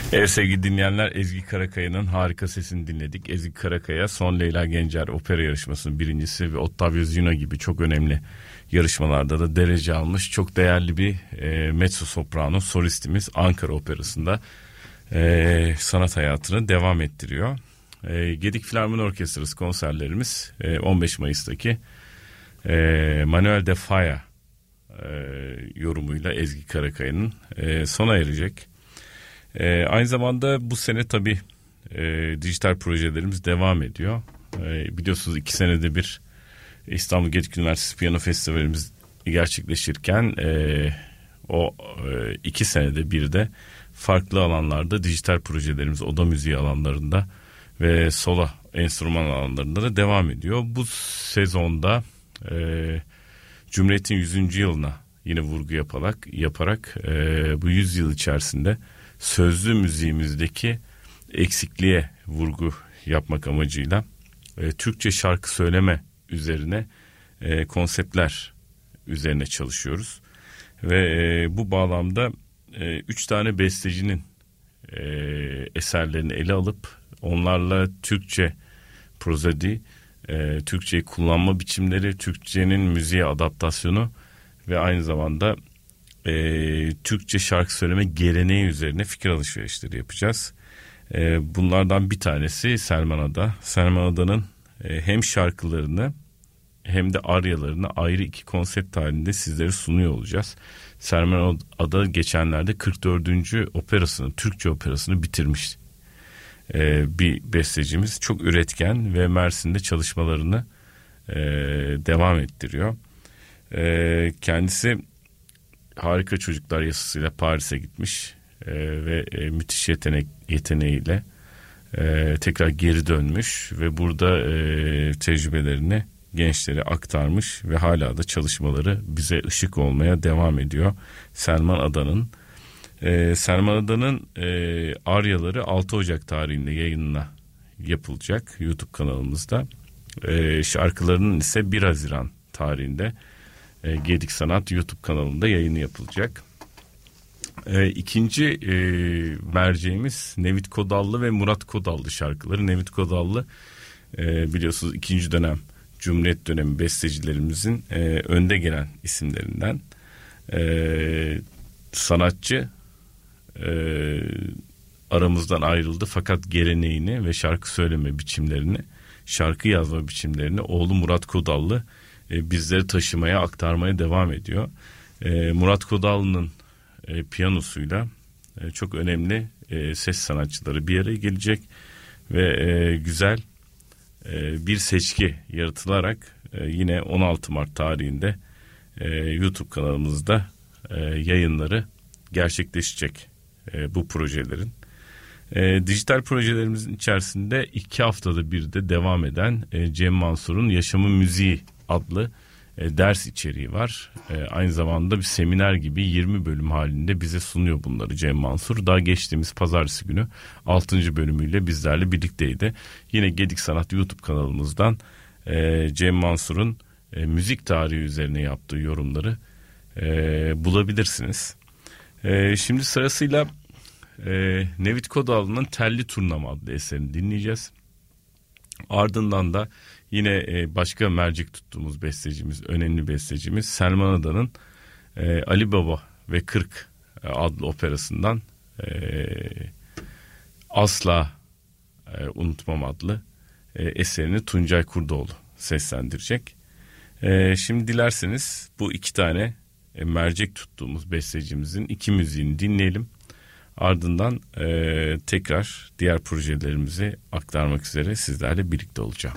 Evet sevgili dinleyenler, Ezgi Karakaya'nın harika sesini dinledik. Ezgi Karakaya son Leyla Gencer opera yarışmasının birincisi ve Ottavio Zino gibi çok önemli yarışmalarda da derece almış çok değerli bir e, mezzo soprano solistimiz. Ankara Operası'nda e, sanat hayatını devam ettiriyor. E, Gedik Filarmoni Orkestrası konserlerimiz e, on beş Mayıs'taki e, Manuel de Falla e, yorumuyla Ezgi Karakaya'nın e, sona erecek. E, aynı zamanda bu sene tabii e, dijital projelerimiz devam ediyor. E, biliyorsunuz iki senede bir İstanbul Gedik Üniversitesi Piyano Festivalimiz gerçekleşirken e, o e, iki senede bir de farklı alanlarda dijital projelerimiz oda müziği alanlarında ve solo enstrüman alanlarında da devam ediyor. Bu sezonda e, Cumhuriyet'in yüzüncü yılına yine vurgu yaparak, yaparak e, bu yüz yıl içerisinde sözlü müziğimizdeki eksikliğe vurgu yapmak amacıyla e, Türkçe şarkı söyleme üzerine e, konseptler üzerine çalışıyoruz. Ve e, bu bağlamda e, üç tane bestecinin e, eserlerini ele alıp onlarla Türkçe prozodi, e, Türkçeyi kullanma biçimleri, Türkçenin müziğe adaptasyonu ve aynı zamanda e, Türkçe şarkı söyleme geleneği üzerine fikir alışverişleri yapacağız. E, bunlardan bir tanesi Selman Ada. Selman Ada'nın e, hem şarkılarını hem de aryalarını ayrı iki konsept halinde sizlere sunuyor olacağız. Selman Ada geçenlerde kırk dördüncü operasını, Türkçe operasını bitirmiş ee, bir bestecimiz. Çok üretken ve Mersin'de çalışmalarını e, devam ettiriyor. E, kendisi Harika Çocuklar yasasıyla Paris'e gitmiş e, ve e, müthiş yetenek yeteneğiyle e, tekrar geri dönmüş ve burada e, tecrübelerini gençlere aktarmış ve hala da çalışmaları bize ışık olmaya devam ediyor. Selman Ada'nın e, Selman Ada'nın e, aryaları altı Ocak tarihinde yayınına yapılacak YouTube kanalımızda. E, şarkılarının ise bir Haziran tarihinde e, Gedik Sanat YouTube kanalında yayını yapılacak. E, ikinci e, merceğimiz Nevit Kodallı ve Murat Kodallı şarkıları. Nevit Kodallı e, biliyorsunuz ikinci dönem Cumhuriyet dönemi bestecilerimizin e, önde gelen isimlerinden. E, sanatçı e, aramızdan ayrıldı fakat geleneğini ve şarkı söyleme biçimlerini, şarkı yazma biçimlerini oğlu Murat Kodallı e, bizlere taşımaya, aktarmaya devam ediyor. E, Murat Kodallı'nın e, piyanosuyla e, çok önemli e, ses sanatçıları bir araya gelecek ve e, güzel bir seçki yaratılarak yine on altı Mart tarihinde YouTube kanalımızda yayınları gerçekleşecek bu projelerin. Dijital projelerimizin içerisinde iki haftada bir de devam eden Cem Mansur'un Yaşamın Müziği adlı ders içeriği var. Aynı zamanda bir seminer gibi yirmi bölüm halinde bize sunuyor bunları Cem Mansur. Daha geçtiğimiz pazartesi günü altıncı bölümüyle bizlerle birlikteydi. Yine Gedik Sanat YouTube kanalımızdan Cem Mansur'un müzik tarihi üzerine yaptığı yorumları bulabilirsiniz. Şimdi sırasıyla Nevit Kodallı'nın Telli Turnam adlı eserini dinleyeceğiz. Ardından da yine başka mercek tuttuğumuz bestecimiz, önemli bestecimiz Selman Ada'nın e, Ali Baba ve kırk adlı operasından e, Asla e, Unutmam adlı e, eserini Tuncay Kurdoğlu seslendirecek. E, şimdi dilerseniz bu iki tane e, mercek tuttuğumuz bestecimizin iki müziğini dinleyelim. Ardından e, tekrar diğer projelerimizi aktarmak üzere sizlerle birlikte olacağım.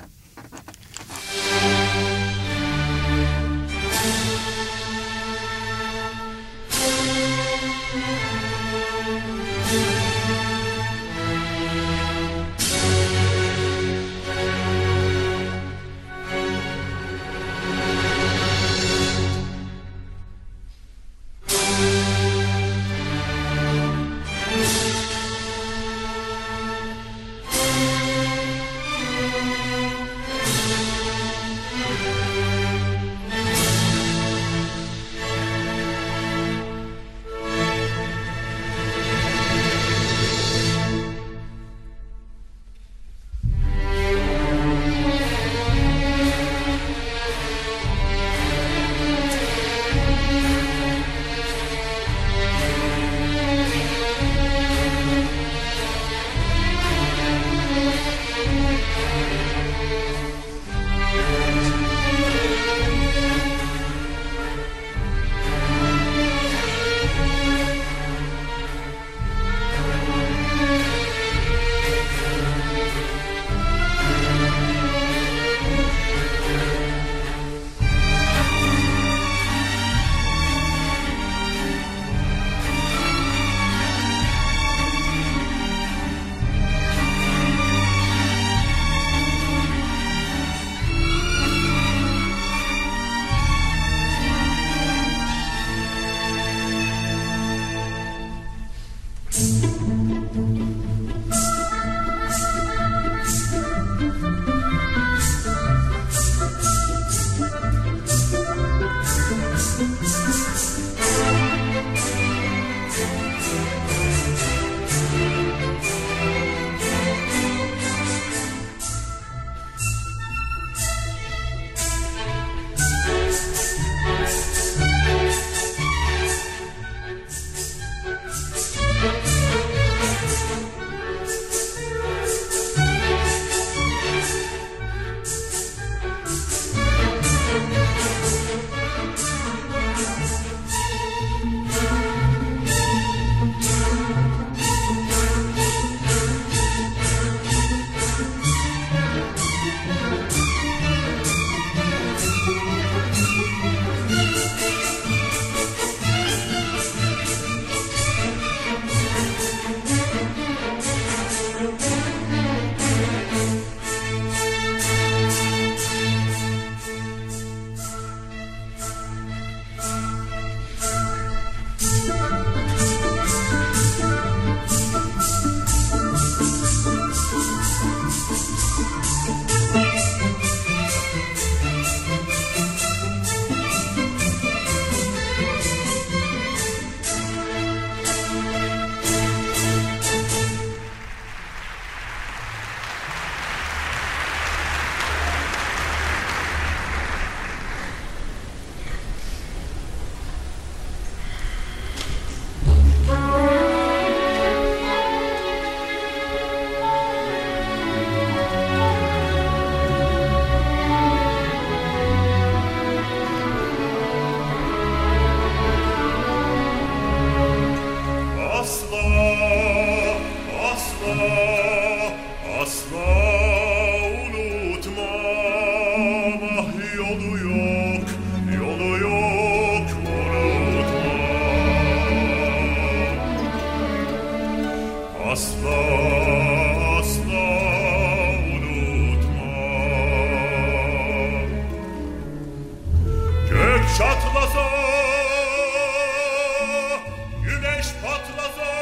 çatlasa, güneş patlasa,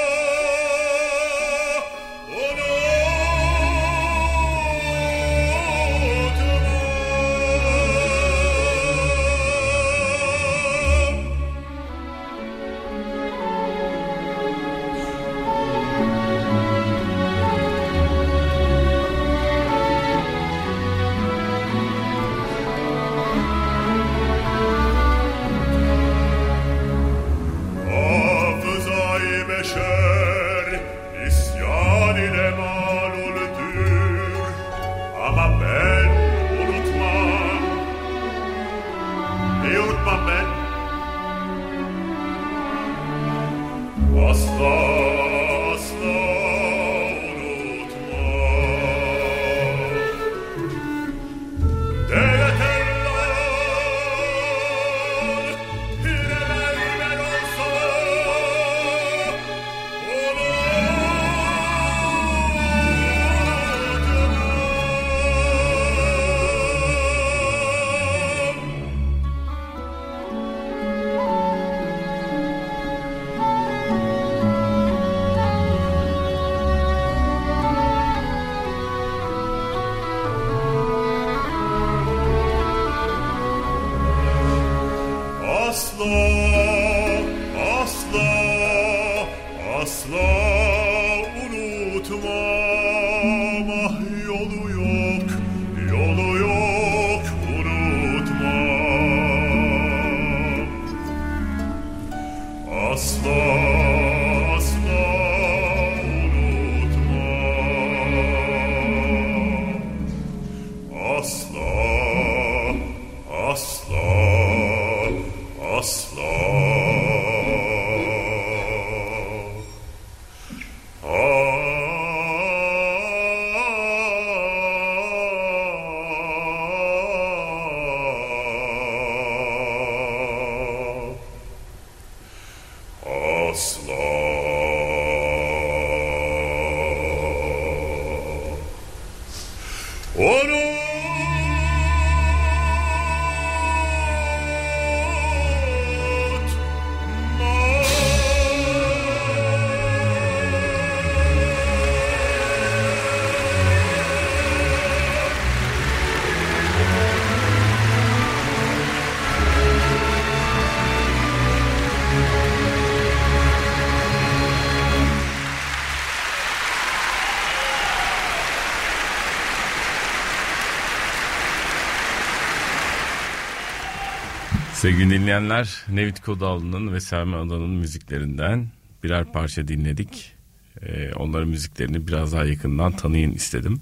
Sevgili dinleyenler, Nevit Kodallı'nın ve Selma Adan'ın müziklerinden birer parça dinledik. Ee, onların müziklerini biraz daha yakından tanıyın istedim.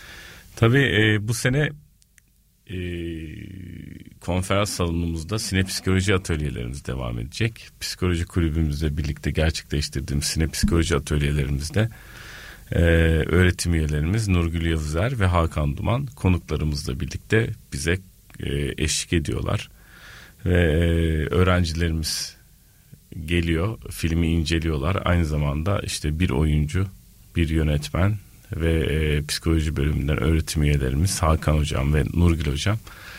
Tabii e, bu sene e, konferans salonumuzda sinepsikoloji atölyelerimiz devam edecek. Psikoloji kulübümüzle birlikte gerçekleştirdiğimiz sinepsikoloji atölyelerimizde e, öğretim üyelerimiz Nurgül Yavuzer ve Hakan Duman konuklarımızla birlikte bize e, eşlik ediyorlar. Ve öğrencilerimiz geliyor, filmi inceliyorlar. Aynı zamanda işte bir oyuncu, bir yönetmen ve e, psikoloji bölümünden öğretim üyelerimiz Hakan Hocam ve Nurgül Hocam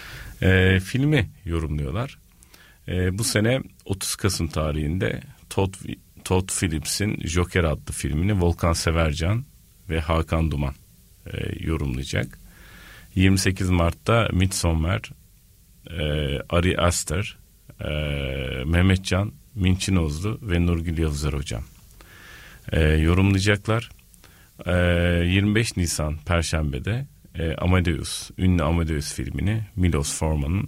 e, filmi yorumluyorlar. E, bu sene otuz Kasım tarihinde Todd, Todd Phillips'in Joker adlı filmini Volkan Severcan ve Hakan Duman e, yorumlayacak. yirmi sekiz Mart'ta Midsommar, Ee, Ari Aster, e, Mehmetcan Minçinozlu ve Nurgül Yavuzer Hocam e, yorumlayacaklar. E, yirmi beş Nisan Perşembe'de e, Amadeus, ünlü Amadeus filmini Milos Forman'ın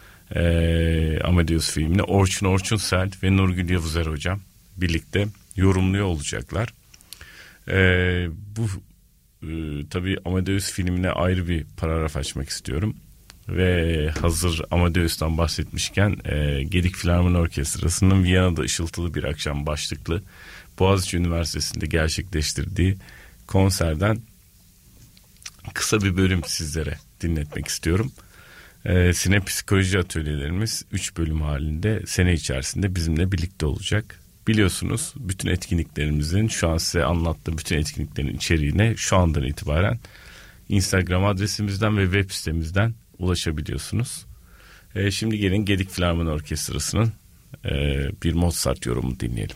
e, Amadeus filmini Orçun Orçunsel ve Nurgül Yavuzer Hocam birlikte yorumluyor olacaklar. E, bu e, tabii Amadeus filmine ayrı bir paragraf açmak istiyorum. Ve hazır Amadeus'tan bahsetmişken e, Gedik Filarmoni Orkestrası'nın Viyana'da ışıltılı bir akşam başlıklı Boğaziçi Üniversitesi'nde gerçekleştirdiği konserden kısa bir bölüm sizlere dinletmek istiyorum. E, Sinepsikoloji atölyelerimiz üç bölüm halinde sene içerisinde bizimle birlikte olacak. Biliyorsunuz bütün etkinliklerimizin, şu an size anlattığım bütün etkinliklerin içeriğine şu andan itibaren Instagram adresimizden ve web sitemizden ulaşabiliyorsunuz. E, şimdi gelin Gedik Filarmoni Orkestrası'nın e, bir Mozart yorumu dinleyelim.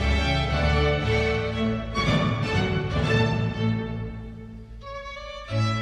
Thank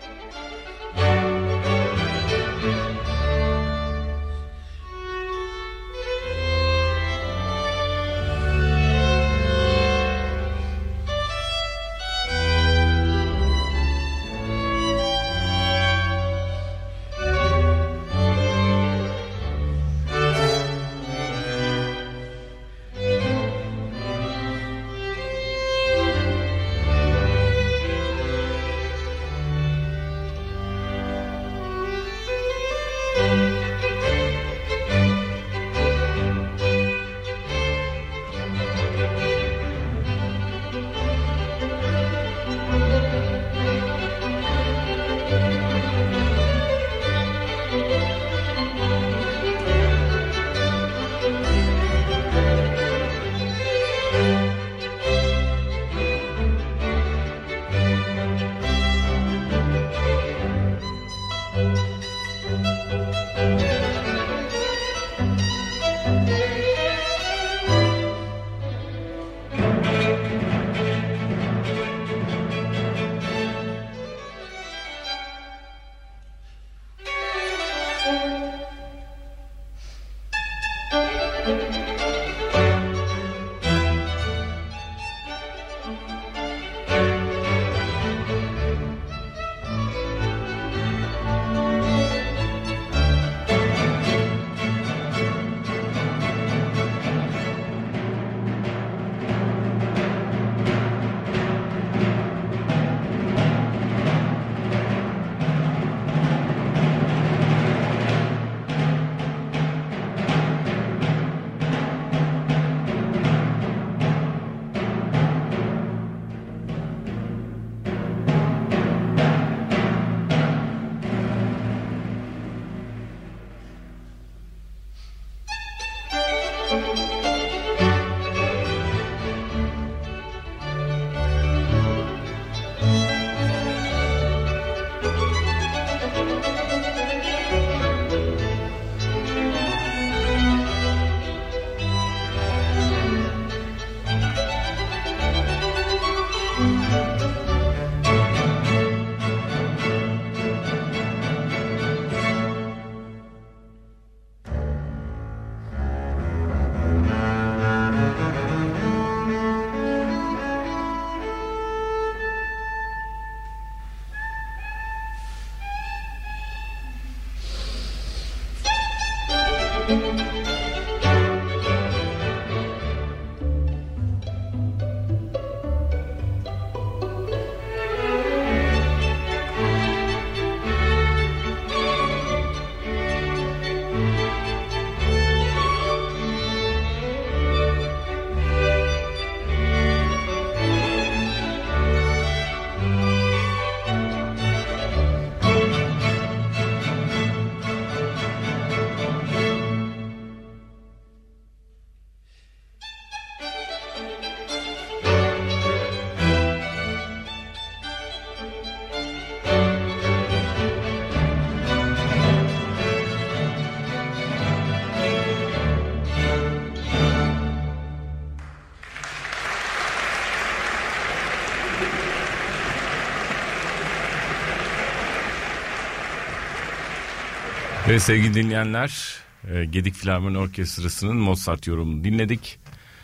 Ve sevgili dinleyenler, Gedik Filarmoni Orkestrası'nın Mozart yorumunu dinledik.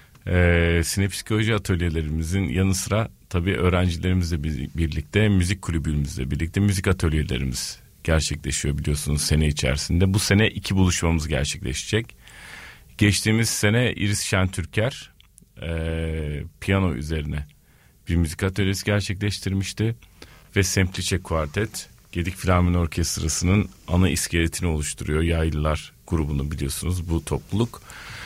Ee, Sinepsikoloji atölyelerimizin yanı sıra tabii öğrencilerimizle birlikte, müzik kulübümüzle birlikte müzik atölyelerimiz gerçekleşiyor biliyorsunuz sene içerisinde. Bu sene iki buluşmamız gerçekleşecek. Geçtiğimiz sene İris Şentürker e, piyano üzerine bir müzik atölyesi gerçekleştirmişti. Ve Semplice Quartet, Gedik Filarmoni Orkestrası'nın ana iskeletini oluşturuyor. Yaylılar grubunu biliyorsunuz bu topluluk.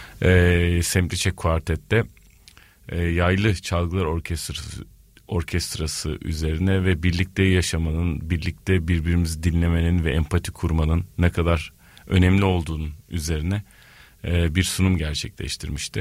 E, Semplice Quartet'te e, yaylı çalgılar orkestrası, orkestrası üzerine ve birlikte yaşamanın, birlikte birbirimizi dinlemenin ve empati kurmanın ne kadar önemli olduğunun üzerine e, bir sunum gerçekleştirmişti.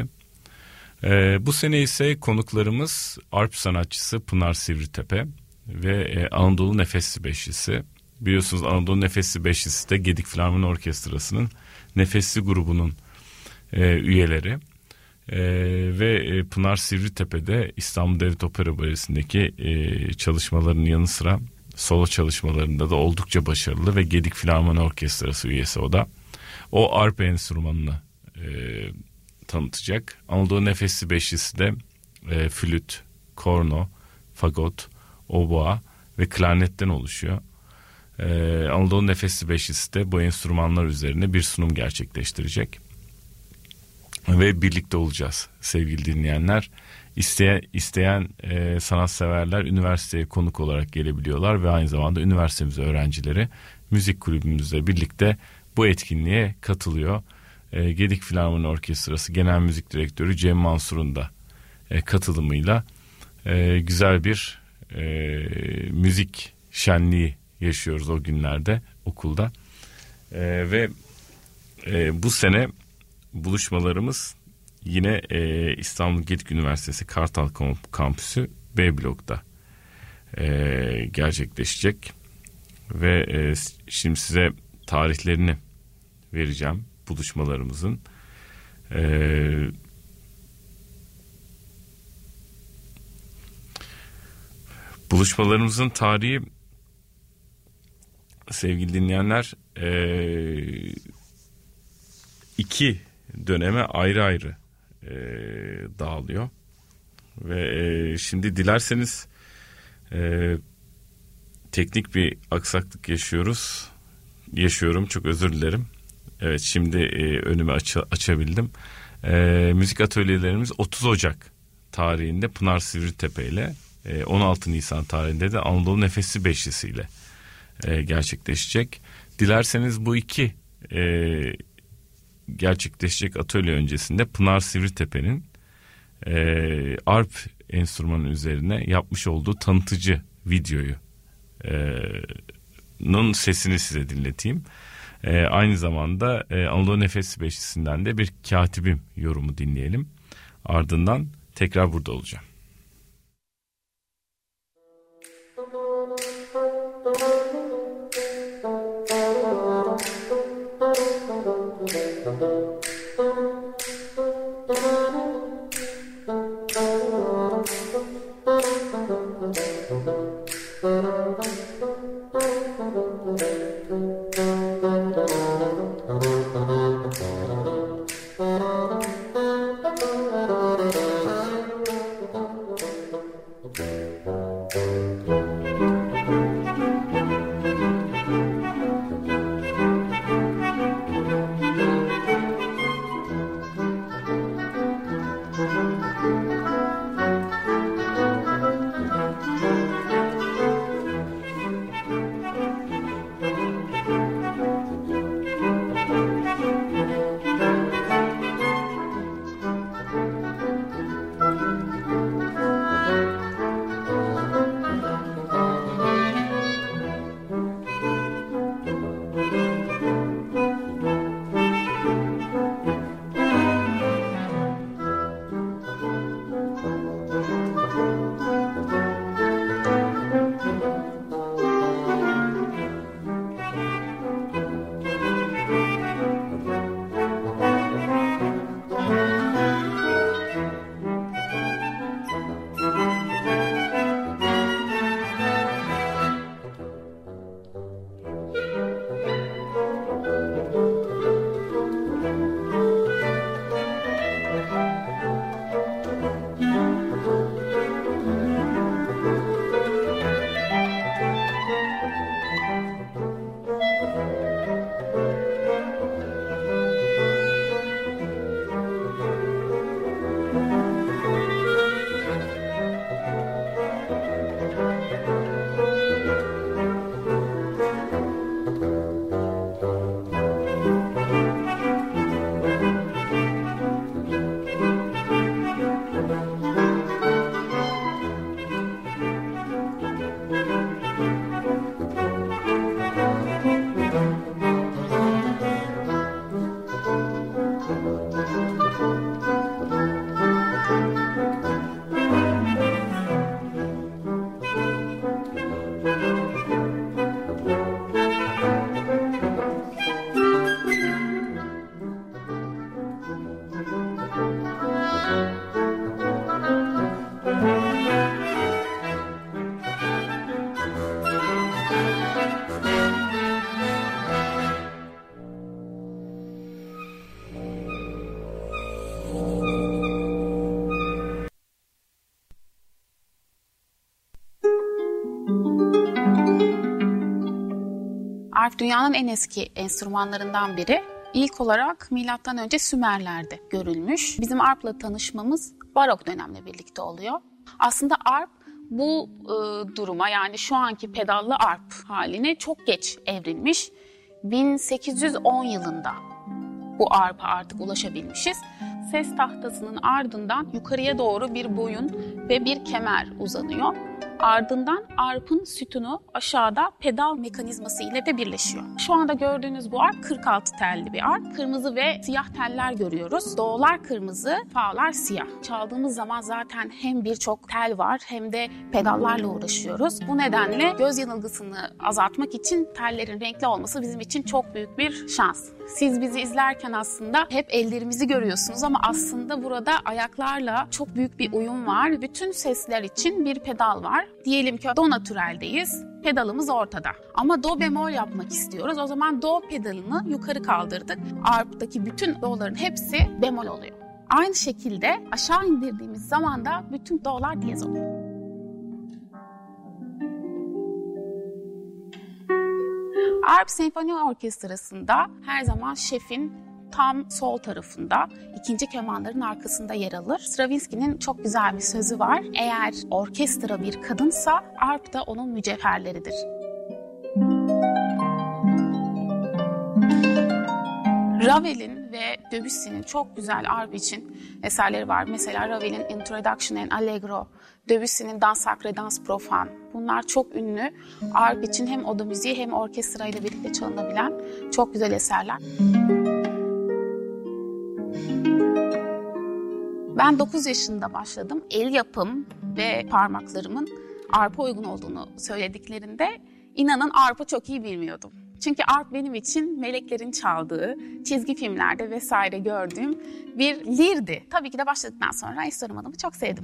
E, bu sene ise konuklarımız arp sanatçısı Pınar Sivritepe ve e, Anadolu Nefesli Beşlisi. Biliyorsunuz Anadolu Nefesli Beşlisi de Gedik Filarmoni Orkestrası'nın Nefesli grubunun e, üyeleri. E, ve e, Pınar Sivritepe de İstanbul Devlet Opera Balesi'ndeki e, çalışmalarının yanı sıra Solo çalışmalarında da oldukça başarılı ve Gedik Filarmoni Orkestrası üyesi o da. O arpa enstrümanını e, tanıtacak. Anadolu Nefesi Beşlisi de e, flüt, korno, fagot, oboa ve klarnetten oluşuyor. Ee, Anadolu Nefesi Beşlisi de bu enstrümanlar üzerine bir sunum gerçekleştirecek. Ve birlikte olacağız sevgili dinleyenler. İsteyen, isteyen e, sanatseverler üniversiteye konuk olarak gelebiliyorlar ve aynı zamanda üniversitemiz öğrencileri müzik kulübümüzle birlikte bu etkinliğe katılıyor. E, Gedik Filarmoni Orkestrası Genel Müzik Direktörü Cem Mansur'un da e, katılımıyla e, güzel bir e, müzik şenliği yaşıyoruz o günlerde okulda. E, ve e, bu sene buluşmalarımız yine e, İstanbul Gedik Üniversitesi Kartal Kampüsü B blokta e, gerçekleşecek. Ve e, şimdi size tarihlerini vereceğim buluşmalarımızın. E, buluşmalarımızın tarihi sevgili dinleyenler e, iki döneme ayrı ayrı e, dağılıyor ve e, şimdi dilerseniz e, teknik bir aksaklık yaşıyoruz yaşıyorum çok özür dilerim. Evet, şimdi e, önümü aç, açabildim. E, müzik atölyelerimiz otuz Ocak tarihinde Pınar Sivritepe ile e, on altı Nisan tarihinde de Anadolu Nefesi Beşlisi ile e, gerçekleşecek. Dilerseniz bu iki e, gerçekleşecek atölye öncesinde Pınar Sivritepe'nin e, arp enstrümanı üzerine yapmış olduğu tanıtıcı videoyu e, nun sesini size dinleteyim. E, aynı zamanda e, Anadolu Nefesi Beşlisi'nden de bir katibim yorumu dinleyelim. Ardından tekrar burada olacağım. Arp dünyanın en eski enstrümanlarından biri. İlk olarak milattan önce Sümerler'de görülmüş. Bizim arpla tanışmamız barok dönemle birlikte oluyor. Aslında arp bu e, duruma, yani şu anki pedallı arp haline çok geç evrilmiş. bin sekiz yüz on yılında bu arpa artık ulaşabilmişiz. Ses tahtasının ardından yukarıya doğru bir boyun ve bir kemer uzanıyor. Ardından arpın sütunu aşağıda pedal mekanizması ile de birleşiyor. Şu anda gördüğünüz bu arp kırk altı telli bir arp. Kırmızı ve siyah teller görüyoruz. Do'lar kırmızı, fa'lar siyah. Çaldığımız zaman zaten hem birçok tel var hem de pedallarla uğraşıyoruz. Bu nedenle göz yanılgısını azaltmak için tellerin renkli olması bizim için çok büyük bir şans. Siz bizi izlerken aslında hep ellerimizi görüyorsunuz ama aslında burada ayaklarla çok büyük bir uyum var. Bütün sesler için bir pedal var. Diyelim ki do natüreldeyiz, pedalımız ortada. Ama do bemol yapmak istiyoruz. O zaman do pedalını yukarı kaldırdık. Arp'taki bütün do'ların hepsi bemol oluyor. Aynı şekilde aşağı indirdiğimiz zaman da bütün do'lar diyez oluyor. Arp Senfoni Orkestrası'nda her zaman şefin tam sol tarafında, ikinci kemanların arkasında yer alır. Stravinsky'nin çok güzel bir sözü var. Eğer orkestra bir kadınsa, arp da onun mücevherleridir. Ravel'in ve Debussy'nin çok güzel arp için eserleri var. Mesela Ravel'in Introduction and Allegro, Debussy'nin Dans Sacré, Dans Profane. Bunlar çok ünlü. Arp için hem oda müziği hem orkestra ile birlikte çalınabilen çok güzel eserler. Ben dokuz yaşında başladım. El yapım ve parmaklarımın arpa uygun olduğunu söylediklerinde inanın arpa çok iyi bilmiyordum. Çünkü arp benim için meleklerin çaldığı, çizgi filmlerde vesaire gördüğüm bir lirdi. Tabii ki de başladıktan sonra enstrümanımı çok sevdim.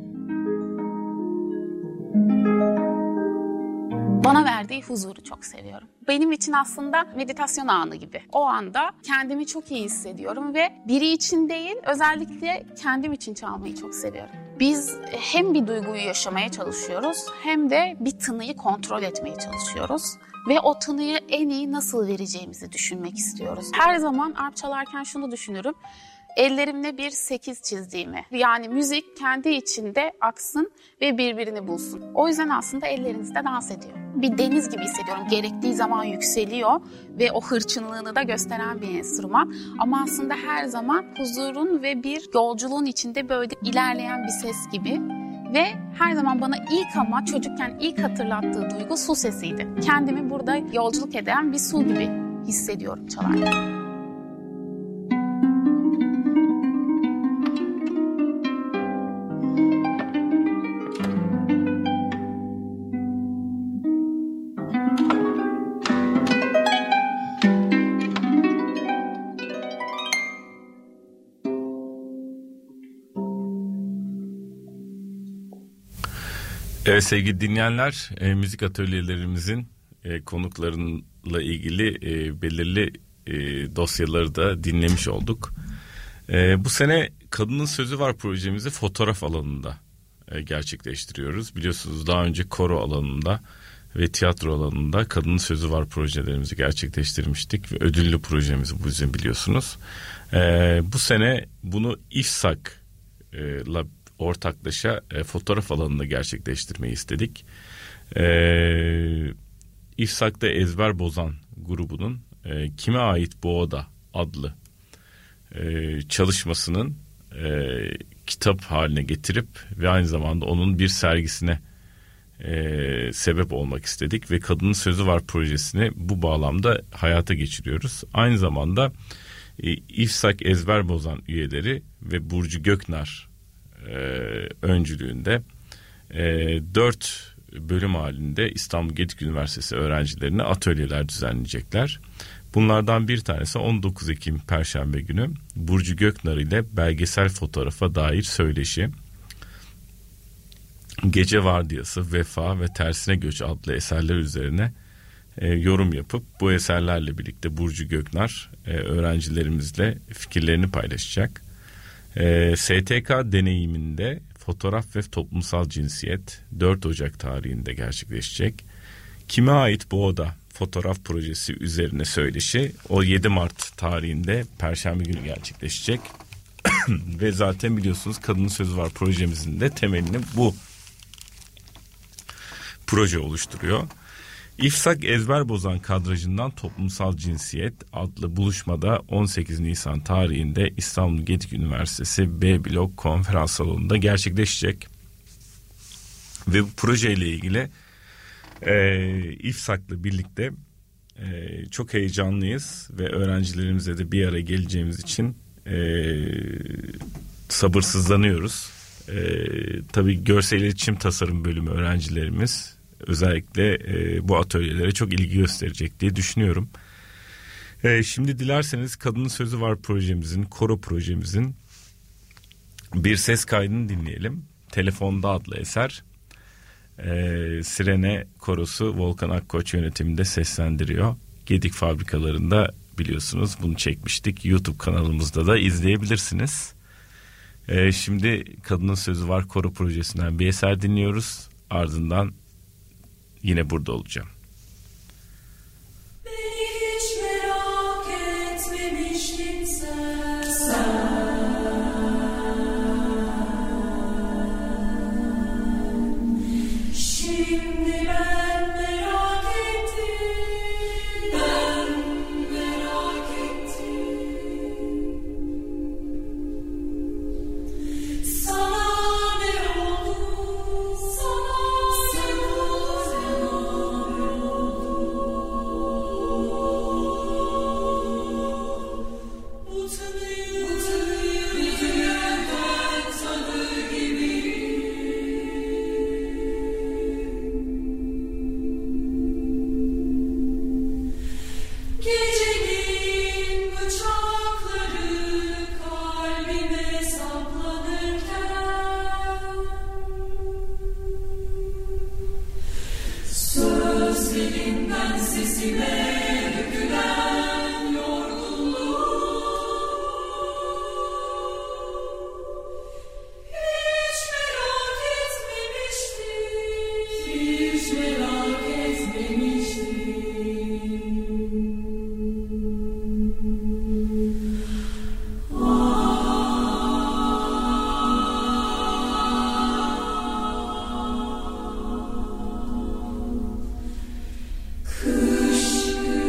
Bana verdiği huzuru çok seviyorum. Benim için aslında meditasyon anı gibi. O anda kendimi çok iyi hissediyorum ve biri için değil, özellikle kendim için çalmayı çok seviyorum. Biz hem bir duyguyu yaşamaya çalışıyoruz hem de bir tınıyı kontrol etmeye çalışıyoruz. Ve o tınıyı en iyi nasıl vereceğimizi düşünmek istiyoruz. Her zaman arp çalarken şunu düşünürüm. Ellerimle bir sekiz çizdiğimi. Yani müzik kendi içinde aksın ve birbirini bulsun. O yüzden aslında ellerinizde dans ediyor. Bir deniz gibi hissediyorum. Gerektiği zaman yükseliyor ve o hırçınlığını da gösteren bir enstrüman. Ama aslında her zaman huzurun ve bir yolculuğun içinde böyle ilerleyen bir ses gibi. Ve her zaman bana ilk ama çocukken ilk hatırlattığı duygu su sesiydi. Kendimi burada yolculuk eden bir su gibi hissediyorum çalarken. Evet sevgili dinleyenler, e, müzik atölyelerimizin e, konuklarıyla ilgili e, belirli e, dosyaları da dinlemiş olduk. E, bu sene Kadının Sözü Var projemizi fotoğraf alanında e, gerçekleştiriyoruz. Biliyorsunuz daha önce koro alanında ve tiyatro alanında Kadının Sözü Var projelerimizi gerçekleştirmiştik ve ödüllü projemizi bu yüzden biliyorsunuz. E, bu sene bunu İFSAK'la ortaklaşa e, fotoğraf alanında gerçekleştirmeyi istedik. E, İFSAK'ta Ezber Bozan grubunun e, Kime Ait Bu Oda adlı e, çalışmasının e, kitap haline getirip ve aynı zamanda onun bir sergisine e, sebep olmak istedik ve Kadının Sözü Var projesini bu bağlamda hayata geçiriyoruz. Aynı zamanda e, İFSAK Ezber Bozan üyeleri ve Burcu Göknar e, öncülüğünde e, dört bölüm halinde İstanbul Gedik Üniversitesi öğrencilerine atölyeler düzenleyecekler. Bunlardan bir tanesi on dokuz Ekim Perşembe günü Burcu Göknar ile belgesel fotoğrafa dair söyleşi, Gece Vardiyası, Vefa ve Tersine Göç adlı eserler üzerine e, yorum yapıp bu eserlerle birlikte Burcu Göknar e, öğrencilerimizle fikirlerini paylaşacak. E, S T K deneyiminde fotoğraf ve toplumsal cinsiyet dört Ocak tarihinde gerçekleşecek. Kime Ait Bu Oda fotoğraf projesi üzerine söyleşi. O yedi Mart tarihinde Perşembe günü gerçekleşecek. Ve zaten biliyorsunuz Kadının Sözü Var projemizin de temelini bu proje oluşturuyor. İfsak ezber bozan kadrajından toplumsal cinsiyet adlı buluşmada on sekiz Nisan tarihinde İstanbul Gedik Üniversitesi B Blok konferans salonunda gerçekleşecek. Ve bu projeyle ilgili e, İfsak'la birlikte e, çok heyecanlıyız ve öğrencilerimizle de bir araya geleceğimiz için e, sabırsızlanıyoruz. E, tabii görsel iletişim tasarım bölümü öğrencilerimiz özellikle e, bu atölyelere çok ilgi gösterecek diye düşünüyorum. E, şimdi dilerseniz Kadının Sözü Var projemizin, koro projemizin bir ses kaydını dinleyelim. Telefonda adlı eser. E, Sirene Korosu Volkan Akkoç yönetiminde seslendiriyor. Gedik fabrikalarında biliyorsunuz bunu çekmiştik. YouTube kanalımızda da izleyebilirsiniz. E, şimdi Kadının Sözü Var koro projesinden bir eser dinliyoruz. Ardından yine burada olacağım. Beni hiç merak etmemiştin sen. sen. Şimdi ben merak ettim. Ben merak ettim. Sana ne oldu? Sana ne oldu? Bu tanıyı, bu tanıyı yüzünden tanır gibi. Gecenin bıçakları kalbime saplanırken sözlerinden sesime dökülen yorgunluk hiç merak etmemiştim, hiç merak etmemiştim. Kış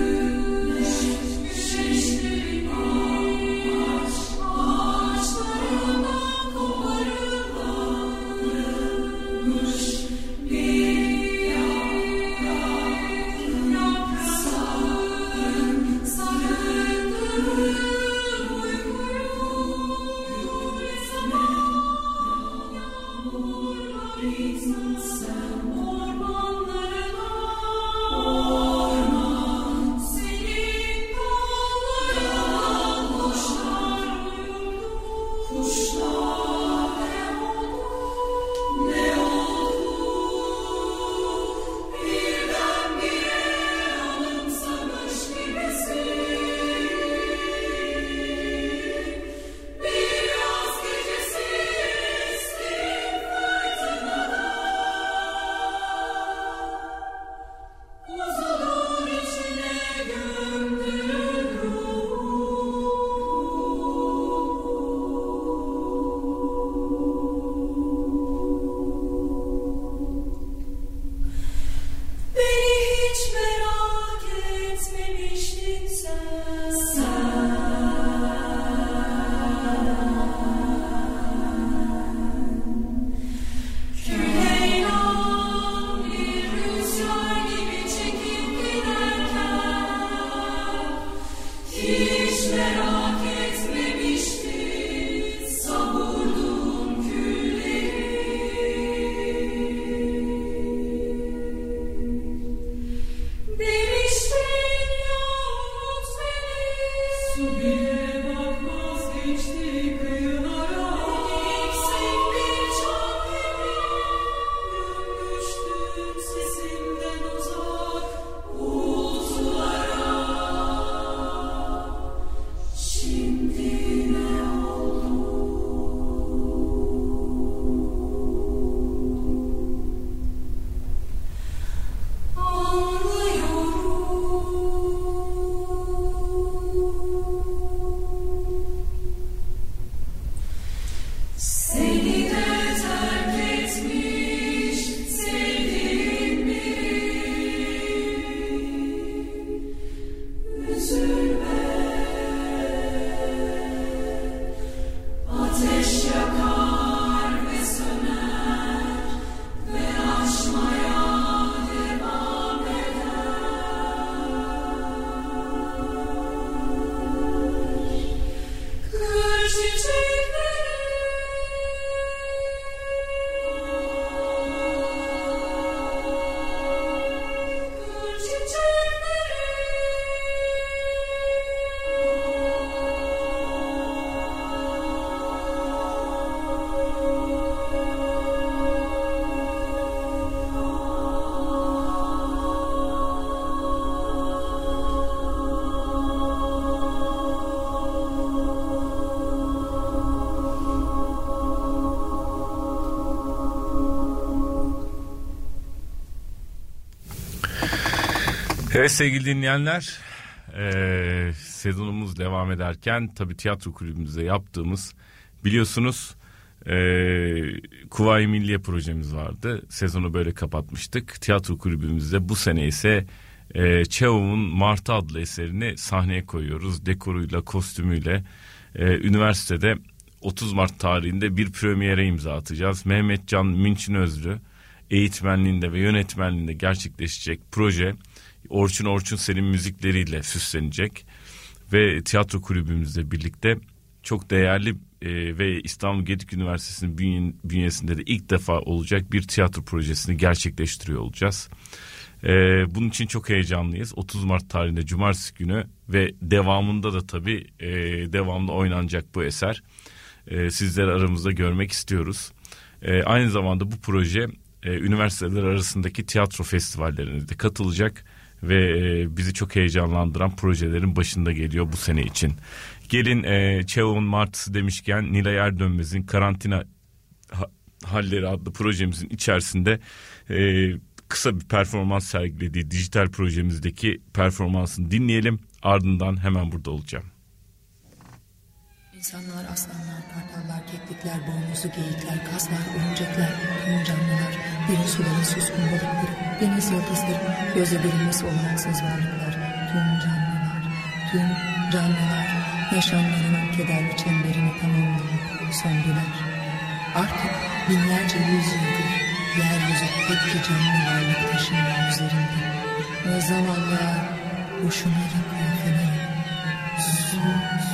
Evet sevgili dinleyenler, e, sezonumuz devam ederken tabii tiyatro kulübümüzde yaptığımız, biliyorsunuz e, Kuvayi Milliye projemiz vardı. Sezonu böyle kapatmıştık. Tiyatro kulübümüzde bu sene ise e, Çehov'un Martı adlı eserini sahneye koyuyoruz. Dekoruyla, kostümüyle e, üniversitede otuz Mart tarihinde bir premiere imza atacağız. Mehmet Can Münçinözlü eğitmenliğinde ve yönetmenliğinde gerçekleşecek proje Orçun Orçun Selim müzikleriyle süslenecek ve tiyatro kulübümüzle birlikte çok değerli e, ve İstanbul Gedik Üniversitesi'nin bünye, bünyesinde de ilk defa olacak bir tiyatro projesini gerçekleştiriyor olacağız. E, bunun için çok heyecanlıyız. otuz Mart tarihinde Cumartesi günü ve devamında da tabii e, devamlı oynanacak bu eser. E, sizleri aramızda görmek istiyoruz. E, aynı zamanda bu proje e, üniversiteler arasındaki tiyatro festivallerine de katılacak ve e, bizi çok heyecanlandıran projelerin başında geliyor bu sene için. Gelin e, Çehov'un Martısı demişken Nilay Erdönmez'in Karantina Halleri adlı projemizin içerisinde e, kısa bir performans sergilediği dijital projemizdeki performansını dinleyelim. Ardından hemen burada olacağım. İnsanlar, aslanlar, kartallar, keklikler, boynuzlu geyikler, kazlar, örümcekler, tüm canlılar, derin suların suskun balıkları, deniz yıldızları, göze görünmesi olanaksız varlıklar, tüm canlılar, tüm canlılar, yaşamlarının kederli çemberini tamamlayıp söndüler. Artık binlerce yüzyıldır yeryüzü tek bir canlı varlık taşınıyor üzerinde. Ve zamanlar boşuna yakıyor feneri. Sus.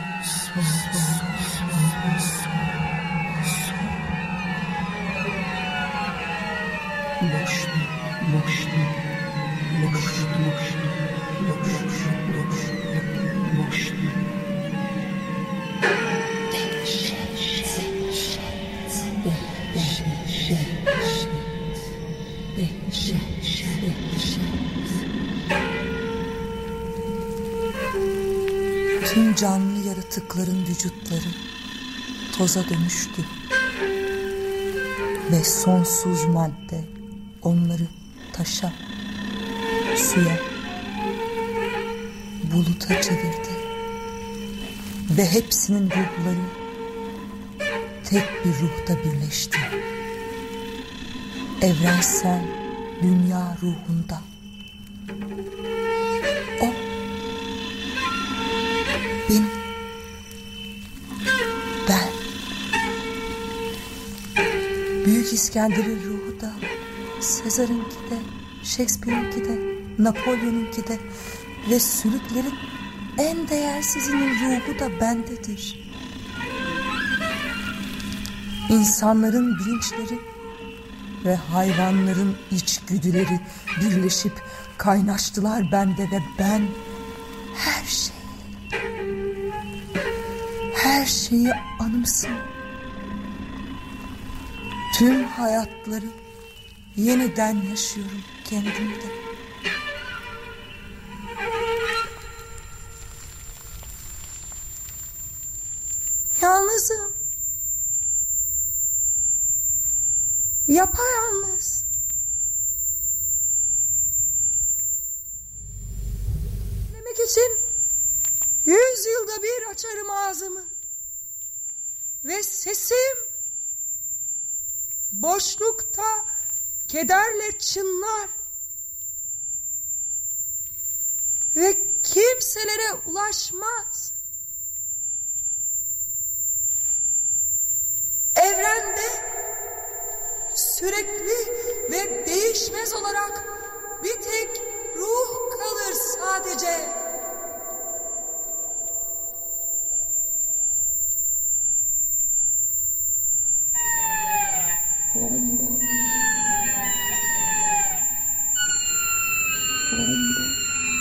Boşluk, boşluk, boşluk, boşluk, boşluk, boşluk. Dehşet, dehşet, dehşet, dehşet. Tüm canlı yaratıkların vücutları toza dönüştü ve sonsuz madde onları taşa, suya, buluta çevirdi ve hepsinin ruhları tek bir ruhta birleşti. Evrensel dünya ruhunda. O benim, ben. Büyük İskender'in ruhu da, Sezar'ınki de, Shakespeare'inki de, Napolyon'unki de ve sülüklerin en değersizinin ruhu da bendedir. İnsanların bilinçleri ve hayvanların içgüdüleri birleşip kaynaştılar bende ve ben her şey, her şeyi anımsın. Tüm hayatları yeniden yaşıyorum kendimde. Yalnızım. Yapayalnız. Demek için yüz yılda bir açarım ağzımı. Ve sesim boşlukta kederle çınlar. Ve kimselere ulaşmaz. Evrende sürekli ve değişmez olarak bir tek ruh kalır sadece. Bomboş. Bomboş.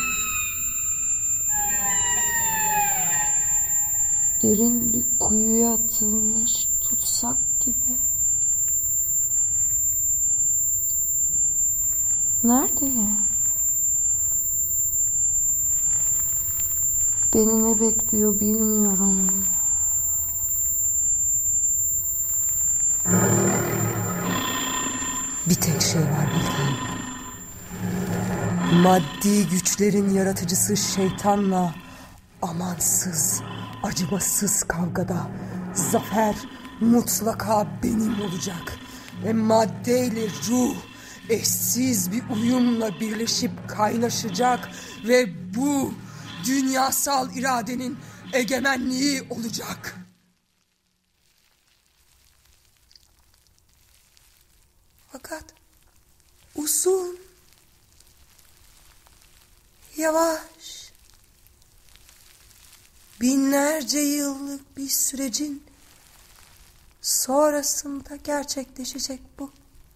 Derin bir kuyuya atılmış tutsak gibi. Neredeyim? Beni ne bekliyor bilmiyorum. Bir tek şey var bildiğim. Maddi güçlerin yaratıcısı şeytanla amansız, acımasız kavgada zafer mutlaka benim olacak. Ve maddeyle ruh eşsiz bir uyumla birleşip kaynaşacak ve bu dünyasal iradenin egemenliği olacak. Fakat uzun, yavaş, binlerce yıllık bir sürecin sonrasında gerçekleşecek bu.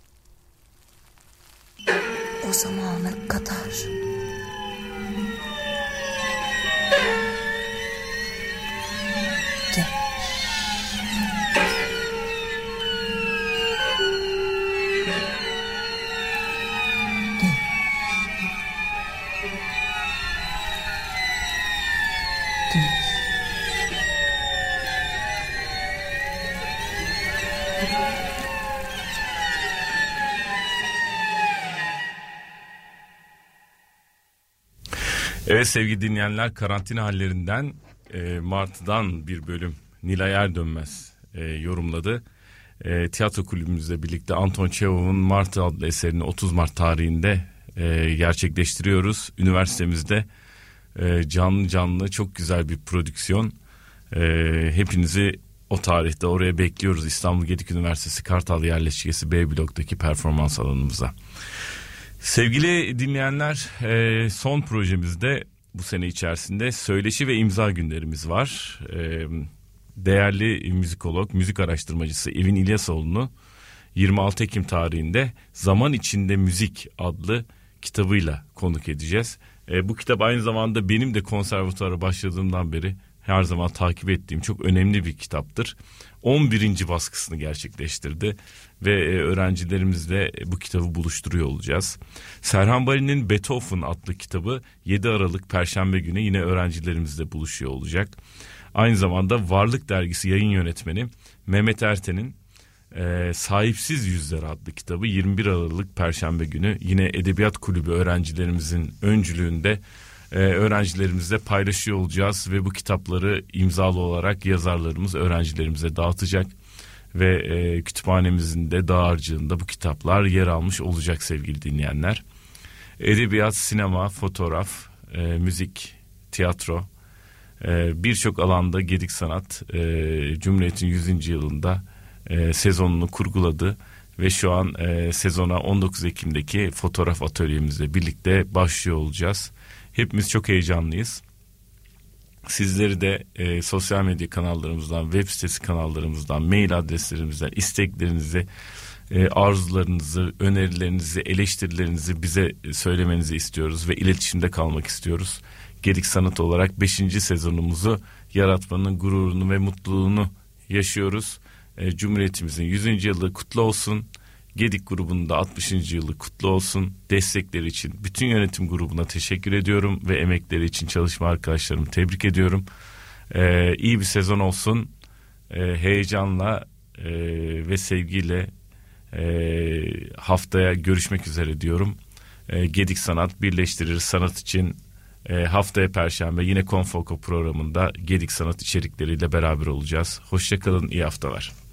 O zamana kadar gel. Evet sevgili dinleyenler, karantina hallerinden e, Martı'dan bir bölüm Nilay Erdönmez e, yorumladı. E, tiyatro kulübümüzle birlikte Anton Çehov'un Martı adlı eserini otuz Mart tarihinde e, gerçekleştiriyoruz. Üniversitemizde e, canlı canlı çok güzel bir prodüksiyon. E, hepinizi o tarihte oraya bekliyoruz. İstanbul Gedik Üniversitesi Kartal Yerleşkesi B bloktaki performans alanımıza. Sevgili dinleyenler, son projemizde bu sene içerisinde söyleşi ve imza günlerimiz var. Değerli müzikolog, müzik araştırmacısı Evin İlyasoğlu'nu yirmi altı Ekim tarihinde Zaman İçinde Müzik adlı kitabıyla konuk edeceğiz. Bu kitap aynı zamanda benim de konservatuvara başladığımdan beri her zaman takip ettiğim çok önemli bir kitaptır. on birinci baskısını gerçekleştirdi ve öğrencilerimizle bu kitabı buluşturuyor olacağız. Serhan Bali'nin Beethoven adlı kitabı yedi Aralık Perşembe günü yine öğrencilerimizle buluşuyor olacak. Aynı zamanda Varlık Dergisi yayın yönetmeni Mehmet Erten'in e, Sahipsiz Yüzler adlı kitabı yirmi bir Aralık Perşembe günü yine Edebiyat Kulübü öğrencilerimizin öncülüğünde Ee, öğrencilerimizle paylaşıyor olacağız ve bu kitapları imzalı olarak yazarlarımız öğrencilerimize dağıtacak ve e, kütüphanemizin de dağarcığında bu kitaplar yer almış olacak sevgili dinleyenler. Edebiyat, sinema, fotoğraf, e, müzik, tiyatro, e, birçok alanda Gedik Sanat e, Cumhuriyet'in yüzüncü yılında e, sezonunu kurguladı ve şu an e, sezona on dokuz Ekim'deki fotoğraf atölyemizle birlikte başlıyor olacağız. Hepimiz çok heyecanlıyız. Sizleri de e, sosyal medya kanallarımızdan, web sitesi kanallarımızdan, mail adreslerimizden isteklerinizi, e, arzularınızı, önerilerinizi, eleştirilerinizi bize söylemenizi istiyoruz ve iletişimde kalmak istiyoruz. Gedik Sanat olarak beşinci sezonumuzu yaratmanın gururunu ve mutluluğunu yaşıyoruz. E, Cumhuriyetimizin yüzüncü yılı kutlu olsun. Gedik grubunun da altmışıncı yılı kutlu olsun. Destekleri için bütün yönetim grubuna teşekkür ediyorum ve emekleri için çalışma arkadaşlarımı tebrik ediyorum. Ee, iyi bir sezon olsun. Ee, heyecanla e, ve sevgiyle e, haftaya görüşmek üzere diyorum. E, Gedik Sanat birleştirir sanat için e, haftaya Perşembe yine Konfoko programında Gedik Sanat içerikleriyle beraber olacağız. Hoşçakalın, iyi haftalar.